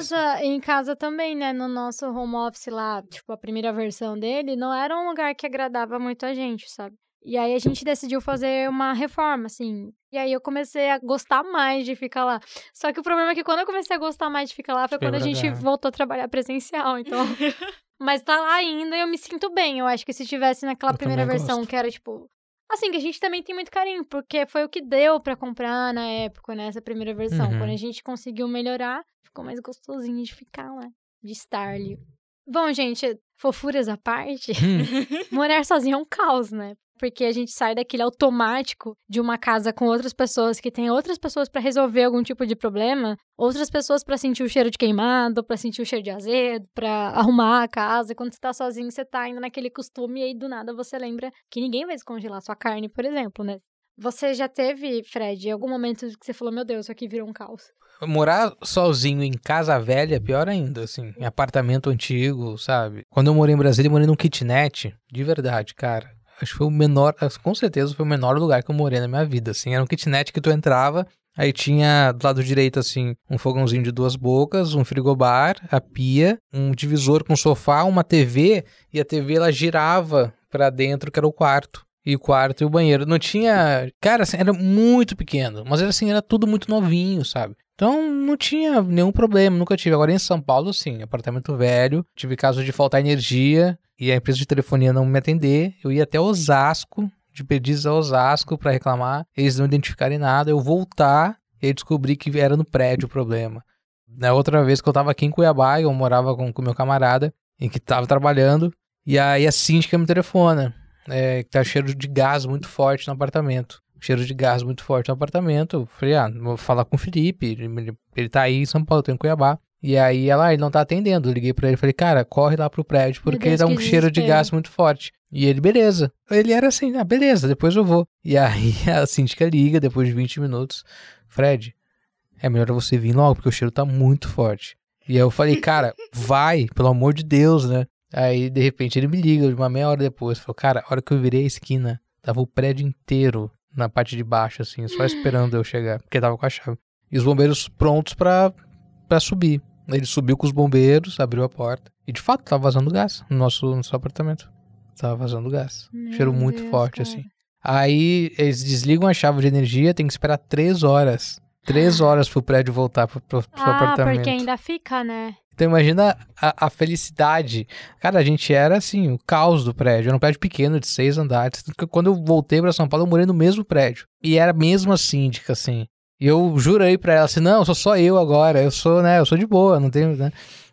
Em casa também, né? No nosso home office lá, tipo, a primeira versão dele, não era um lugar que agradava muito a gente, sabe? E aí a gente decidiu fazer uma reforma, assim. E aí eu comecei a gostar mais de ficar lá. Só que o problema é que quando eu comecei a gostar mais de ficar lá foi quando a gente voltou a trabalhar presencial, então... Mas tá lá ainda e eu me sinto bem. Eu acho que se tivesse naquela Eu primeira também versão, gosto. que era, tipo... Assim, que a gente também tem muito carinho, porque foi o que deu pra comprar na época, né? Essa primeira versão. Uhum. Quando a gente conseguiu melhorar, ficou mais gostosinho de ficar lá, de estar ali. Bom, gente, fofuras à parte, morar sozinho é um caos, né? Porque a gente sai daquele automático de uma casa com outras pessoas, que tem outras pessoas pra resolver algum tipo de problema, outras pessoas pra sentir o cheiro de queimado, pra sentir o cheiro de azedo, pra arrumar a casa. E quando você tá sozinho, você tá indo naquele costume e aí do nada você lembra que ninguém vai descongelar sua carne, por exemplo, né? Você já teve, Fred, algum momento que você falou, meu Deus, isso aqui virou um caos? Morar sozinho em casa velha é pior ainda, assim, em apartamento antigo, sabe? Quando eu morei em Brasília, eu morei num kitnet, de verdade, cara. Acho que foi o menor, com certeza foi o menor lugar que eu morei na minha vida, assim. Era um kitnet que tu entrava, aí tinha do lado direito, assim, um fogãozinho de 2 bocas, um frigobar, a pia, um divisor com sofá, uma TV, e a TV ela girava pra dentro, que era o quarto. E o quarto e o banheiro. Não tinha... Cara, assim, era muito pequeno. Mas assim, era tudo muito novinho, sabe? Então, não tinha nenhum problema. Nunca tive. Agora, em São Paulo, sim. Apartamento velho. Tive caso de faltar energia. E a empresa de telefonia não me atender. Eu ia até Osasco. De Perdizes a Osasco pra reclamar. Eles não identificarem nada. Eu voltar. E aí descobri que era no prédio o problema. Na outra vez que eu tava aqui em Cuiabá. Eu morava com meu camarada. Em que tava trabalhando. E aí a síndica me telefona. Que tá cheiro de gás muito forte no apartamento. Cheiro de gás muito forte no apartamento. Eu falei, vou falar com o Felipe. Ele tá aí em São Paulo, eu tô em Cuiabá. E aí ele não tá atendendo. Eu liguei pra ele e falei, cara, corre lá pro prédio, porque Deus, dá um que cheiro de desespero. gás muito forte. E ele, beleza. Ele era assim, beleza, depois eu vou. E aí a síndica liga, depois de 20 minutos. Fred, é melhor você vir logo, porque o cheiro tá muito forte. E aí eu falei, cara, vai, pelo amor de Deus, né? Aí, de repente, ele me liga uma meia hora depois. Falou, cara, a hora que eu virei a esquina, tava o prédio inteiro na parte de baixo, assim, só esperando eu chegar, porque tava com a chave. E os bombeiros prontos pra subir. Ele subiu com os bombeiros, abriu a porta. E, de fato, tava vazando gás no nosso apartamento. Tava vazando gás. Meu Cheiro muito Deus, forte, cara. assim. Aí, eles desligam a chave de energia, tem que esperar 3 horas. 3 horas pro prédio voltar pro apartamento. Porque ainda fica, né? Então imagina a felicidade. Cara, a gente era assim, o caos do prédio. Era um prédio pequeno de 6 andares. Quando eu voltei pra São Paulo, eu morei no mesmo prédio. E era a mesma síndica, assim. E eu jurei pra ela assim, não, sou só eu agora. Eu sou de boa, não tenho, né?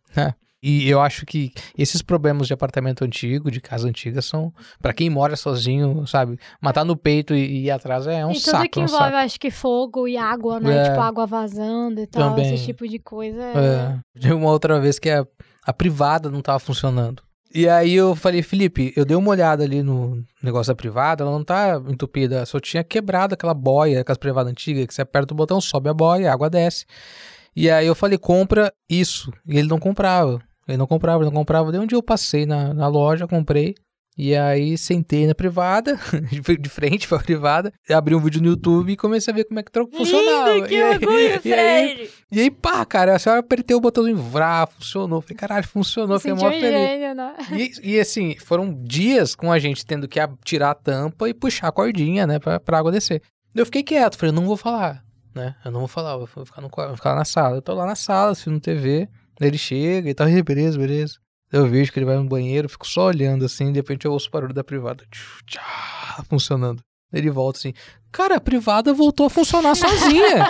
E eu acho que esses problemas de apartamento antigo, de casa antiga, são, pra quem mora sozinho, sabe, matar no peito e ir atrás é um saco. E tudo que envolve, acho que fogo e água, né? Tipo, água vazando e tal, Também. esse tipo de coisa. De uma outra vez que a privada não tava funcionando. E aí eu falei, Felipe, eu dei uma olhada ali no negócio da privada, ela não tá entupida, só tinha quebrado aquela boia, aquelas privadas antigas, que você aperta o botão, sobe a boia, a água desce. E aí eu falei, compra isso. E ele não comprava. Daí um dia eu passei na loja, comprei. E aí sentei na privada, de frente pra privada, abri um vídeo no YouTube e comecei a ver como é que funcionava. Lindo, que orgulho, Fred! E aí, pá, cara, a senhora apertei o botãozinho, funcionou. Falei, caralho, funcionou, fiquei mó feliz. Gênio, né? E assim, foram dias com a gente tendo que tirar a tampa e puxar a cordinha, né, pra água descer. Eu fiquei quieto, falei, eu não vou falar, né? Eu não vou falar, vou ficar na sala. Eu tô lá na sala, assistindo TV, ele chega e tal, beleza. Eu vejo que ele vai no banheiro, fico só olhando assim, de repente eu ouço o barulho da privada, funcionando. Ele volta assim, cara, a privada voltou a funcionar sozinha.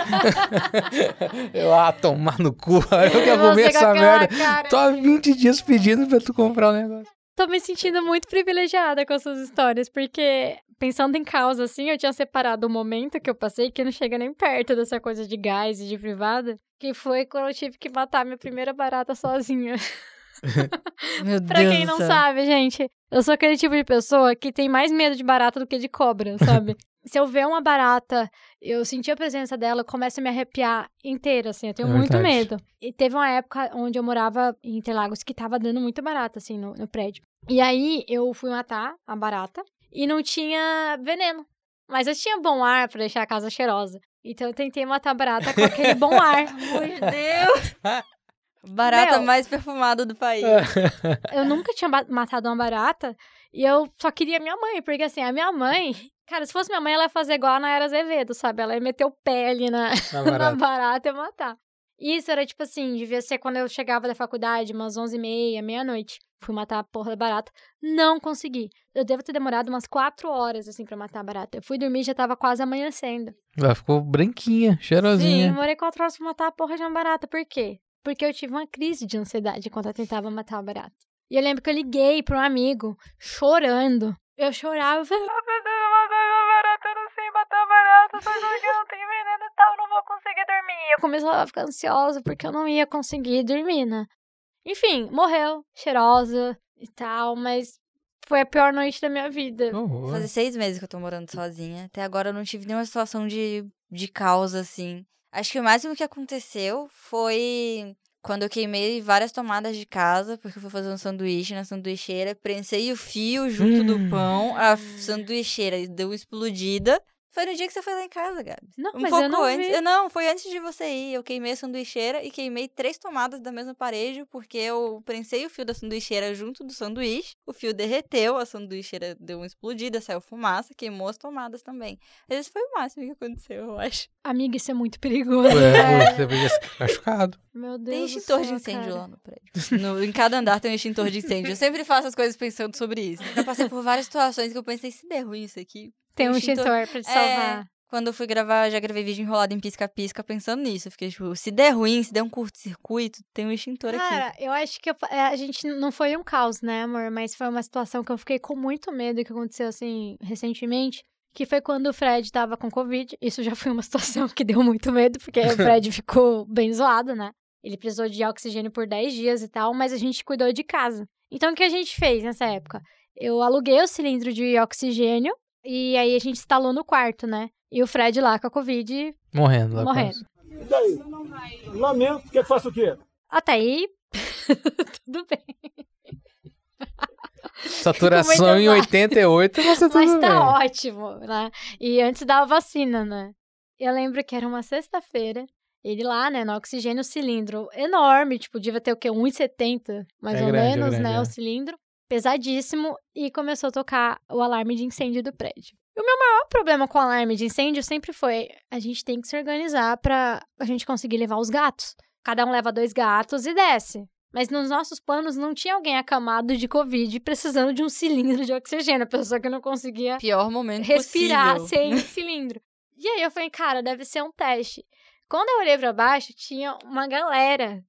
Eu, tomar no cu, eu que arrumei essa merda. Cara. Tô há 20 dias pedindo pra tu comprar o negócio. Tô me sentindo muito privilegiada com as suas histórias, porque pensando em causa, assim, eu tinha separado um momento que eu passei que não chega nem perto dessa coisa de gás e de privada, que foi quando eu tive que matar minha primeira barata sozinha. Meu Deus. Pra quem não sabe, gente, eu sou aquele tipo de pessoa que tem mais medo de barata do que de cobra, sabe? Se eu ver uma barata, eu sentir a presença dela, eu começo a me arrepiar inteira, assim, eu tenho muito medo. E teve uma época onde eu morava em Interlagos que tava dando muita barata, assim, no prédio. E aí, eu fui matar a barata e não tinha veneno. Mas eu tinha bom ar pra deixar a casa cheirosa. Então, eu tentei matar a barata com aquele bom ar. Meu Deus! Barata mais perfumada do país. Eu nunca tinha matado uma barata e eu só queria minha mãe, porque assim, a minha mãe... Cara, se fosse minha mãe, ela ia fazer igual a Nayara Azevedo, sabe? Ela ia meter o pé ali na barata e matar. Isso era tipo assim, devia ser quando eu chegava da faculdade, umas 11h30, meia-noite. Fui matar a porra da barata. Não consegui. Eu devo ter demorado umas 4 horas, assim, pra matar a barata. Eu fui dormir e já tava quase amanhecendo. Ela ficou branquinha, cheirosinha. Sim, demorei 4 horas pra matar a porra de uma barata. Por quê? Porque eu tive uma crise de ansiedade quando eu tentava matar a barata. E eu lembro que eu liguei pra um amigo, chorando. Eu chorava, eu falei, meu Deus, eu matei a barata, eu não sei matar a barata, só que eu não tenho veneno e tal, eu não vou conseguir dormir. Eu começava a ficar ansiosa porque eu não ia conseguir dormir, né? Enfim, morreu, cheirosa e tal, mas foi a pior noite da minha vida. Faz 6 meses que eu tô morando sozinha. Até agora eu não tive nenhuma situação de causa, assim. Acho que o máximo que aconteceu foi quando eu queimei várias tomadas de casa, porque eu fui fazer um sanduíche na sanduicheira, prensei o fio junto do pão, a sanduicheira deu uma explodida. Foi no dia que você foi lá em casa, Gabi. Não, mas eu não vi. Não, foi antes de você ir. Eu queimei a sanduicheira e queimei 3 tomadas da mesma parede, porque eu prensei o fio da sanduicheira junto do sanduíche, o fio derreteu, a sanduicheira deu uma explodida, saiu fumaça, queimou as tomadas também. Esse foi o máximo que aconteceu, eu acho. Amiga, isso é muito perigoso. Você podia ser machucado. Meu Deus. Tem extintor de incêndio lá no prédio. Em cada andar tem um extintor de incêndio. Eu sempre faço as coisas pensando sobre isso. Eu passei por várias situações que eu pensei, se der ruim isso aqui. Tem um extintor pra te salvar. Quando eu fui gravar, já gravei vídeo enrolado em pisca-pisca pensando nisso. Eu fiquei tipo, se der ruim, se der um curto-circuito, tem um extintor aqui. Cara, eu acho que a gente não foi um caos, né, amor? Mas foi uma situação que eu fiquei com muito medo que aconteceu, assim, recentemente. Que foi quando o Fred tava com Covid. Isso já foi uma situação que deu muito medo, porque o Fred ficou bem zoado, né? Ele precisou de oxigênio por 10 dias e tal, mas a gente cuidou de casa. Então, o que a gente fez nessa época? Eu aluguei o cilindro de oxigênio e aí a gente instalou no quarto, né? E o Fred lá com a Covid... Morrendo. E daí? Lamento. Quer que faça o quê? Até aí, tudo bem. Saturação em 88, você tudo bem. Mas tá ótimo, né? E antes da vacina, né? Eu lembro que era uma sexta-feira, ele lá, né, no oxigênio, cilindro enorme, tipo, devia ter o quê? 1,70, mais ou menos, né, o cilindro. Pesadíssimo, e começou a tocar o alarme de incêndio do prédio. E o meu maior problema com o alarme de incêndio sempre foi, a gente tem que se organizar pra a gente conseguir levar os gatos. Cada um leva 2 gatos e desce. Mas nos nossos planos não tinha alguém acamado de Covid precisando de um cilindro de oxigênio. A pessoa que não conseguia pior momento respirar possível. sem cilindro. E aí eu falei, cara, deve ser um teste. Quando eu olhei pra baixo, tinha uma galera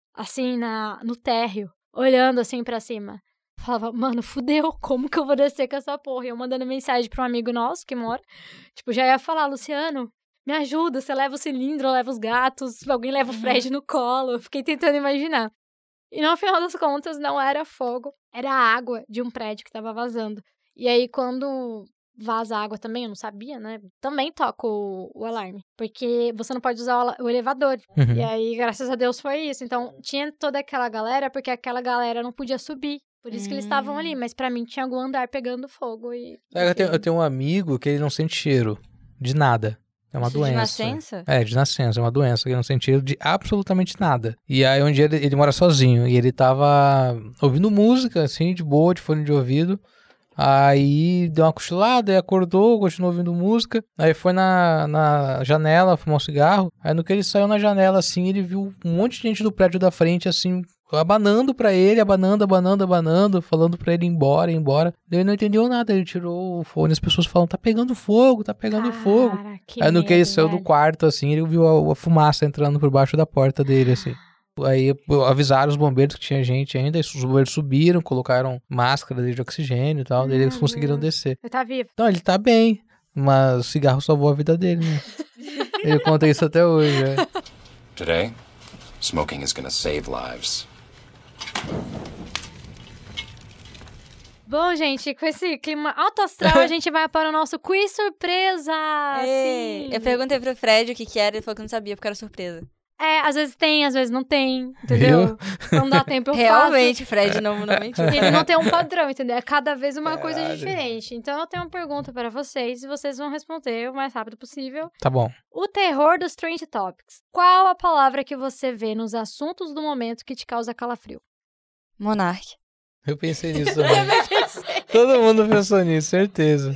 assim, no térreo, olhando assim pra cima. Falava, mano, fudeu, como que eu vou descer com essa porra? E eu mandando mensagem pra um amigo nosso que mora. Tipo, já ia falar, Luciano, me ajuda, você leva o cilindro, leva os gatos, alguém leva o Fred no colo. Eu fiquei tentando imaginar. E no final das contas, não era fogo, era a água de um prédio que tava vazando. E aí, quando vaza água também, eu não sabia, né? Também toca o alarme. Porque você não pode usar o elevador. Uhum. E aí, graças a Deus, foi isso. Então, tinha toda aquela galera, porque aquela galera não podia subir. Por isso que eles estavam ali. Mas pra mim, tinha algum andar pegando fogo. Eu tenho um amigo que ele não sente cheiro de nada. É uma doença. De nascença? De nascença. É uma doença que ele não sente cheiro de absolutamente nada. E aí, um dia ele mora sozinho. E ele tava ouvindo música, assim, de boa, de fone de ouvido. Aí deu uma cochilada, aí acordou, continuou ouvindo música. Aí foi na janela fumar um cigarro. Aí no que ele saiu na janela, assim, ele viu um monte de gente do prédio da frente, assim, abanando pra ele, abanando, falando pra ele ir embora. Daí ele não entendeu nada, ele tirou o fone, as pessoas falam, tá pegando fogo. Aí no que ele saiu do quarto, assim, ele viu a fumaça entrando por baixo da porta dele, assim. Aí avisaram os bombeiros que tinha gente ainda, e os bombeiros subiram, colocaram máscara de oxigênio e tal, daí eles conseguiram descer. Ele tá vivo? Não, ele tá bem, mas o cigarro salvou a vida dele, né? Ele conta isso até hoje, Today, smoking is gonna save lives. Bom, gente, com esse clima alto astral, a gente vai para o nosso quiz surpresa! Sim. Eu perguntei pro Fred o que era, ele falou que não sabia, porque era surpresa. Às vezes tem, às vezes não tem, entendeu? Não dá tempo, eu Realmente, Fred não mentiu. Ele não tem um padrão, entendeu? É cada vez uma coisa diferente. Então, eu tenho uma pergunta para vocês e vocês vão responder o mais rápido possível. Tá bom. O terror dos Trend Topics. Qual a palavra que você vê nos assuntos do momento que te causa calafrio? Monark. Eu pensei nisso também. Todo mundo pensou nisso, certeza.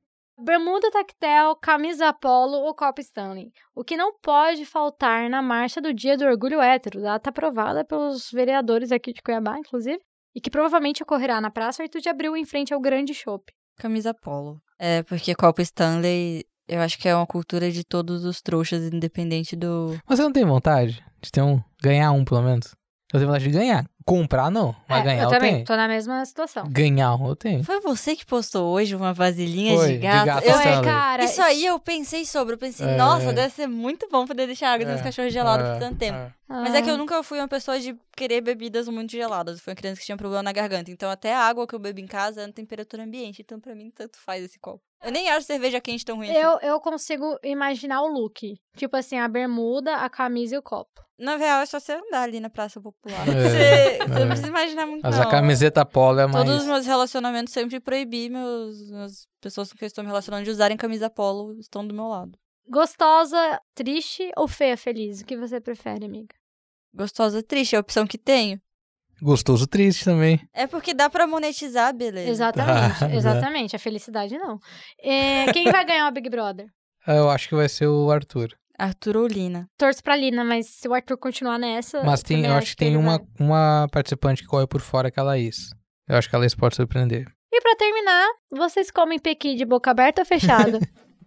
Bermuda tactel, camisa polo ou copo Stanley. O que não pode faltar na marcha do Dia do Orgulho Hétero, data aprovada pelos vereadores aqui de Cuiabá, inclusive, e que provavelmente ocorrerá na Praça 8 de Abril, em frente ao Grande Chopp. Camisa polo. Porque copo Stanley, eu acho que é uma cultura de todos os trouxas, independente do... Mas você não tem vontade de ter ganhar um, pelo menos? Eu tenho vontade de ganhar. Comprar, não. Mas ganhar eu também tenho. Tô na mesma situação. Ganhar um, eu tenho. Foi você que postou hoje uma vasilhinha Foi, de gato? Cara. Isso aí eu pensei sobre. Eu pensei, nossa, deve ser muito bom poder deixar água nos cachorros gelados por tanto tempo. Mas é que eu nunca fui uma pessoa de querer bebidas muito geladas. Eu fui uma criança que tinha problema na garganta. Então até a água que eu bebo em casa é na temperatura ambiente. Então pra mim tanto faz esse copo. Eu nem acho cerveja quente tão ruim assim. Eu consigo imaginar o look. Tipo assim, a bermuda, a camisa e o copo. Na real, é só você andar ali na Praça Popular. Você não precisa imaginar muito, Mas não. a camiseta polo é mais... Todos os meus relacionamentos sempre proibi as pessoas com quem eu estou me relacionando de usarem camisa polo, estão do meu lado. Gostosa, triste ou feia, feliz? O que você prefere, amiga? Gostosa, triste, é a opção que tenho. Gostoso, triste também. É porque dá pra monetizar, beleza. Exatamente. A felicidade não. Quem vai ganhar o Big Brother? Eu acho que vai ser o Arthur. Arthur ou Lina? Torço pra Lina, mas se o Arthur continuar nessa... Mas eu acho que tem uma participante que corre por fora, que é a Laís. Eu acho que a Laís pode surpreender. E pra terminar, vocês comem pequi de boca aberta ou fechada?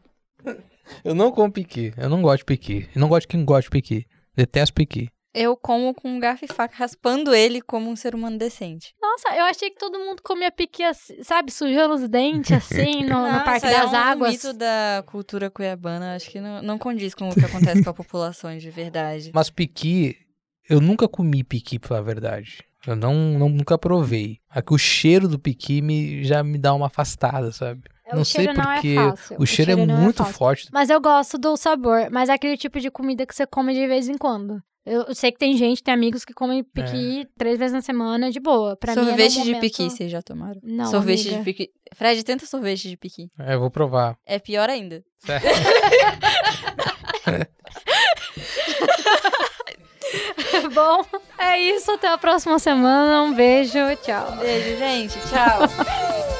Eu não como pequi. Eu não gosto de pequi. Eu não gosto de quem gosta de pequi. Detesto pequi. Eu como com garfo e faca, raspando ele como um ser humano decente. Nossa, eu achei que todo mundo comia piqui, assim, sabe, sujando os dentes, assim, no Parque das Águas. O mito da cultura cuiabana, acho que não condiz com o que acontece com a população de verdade. Mas piqui, eu nunca comi piqui, pra falar a verdade. Eu nunca provei. Aqui o cheiro do piqui já me dá uma afastada, sabe? Não sei porque o cheiro é muito forte. Mas eu gosto do sabor, mas é aquele tipo de comida que você come de vez em quando. Eu sei que tem amigos que comem piqui 3 vezes na semana, de boa. Pra sorvete mim, de piqui, vocês já tomaram? Não, sorvete amiga. de piqui. Fred, tenta sorvete de piqui. Eu vou provar. É pior ainda. Bom, é isso. Até a próxima semana. Um beijo. Tchau. Beijo, gente. Tchau.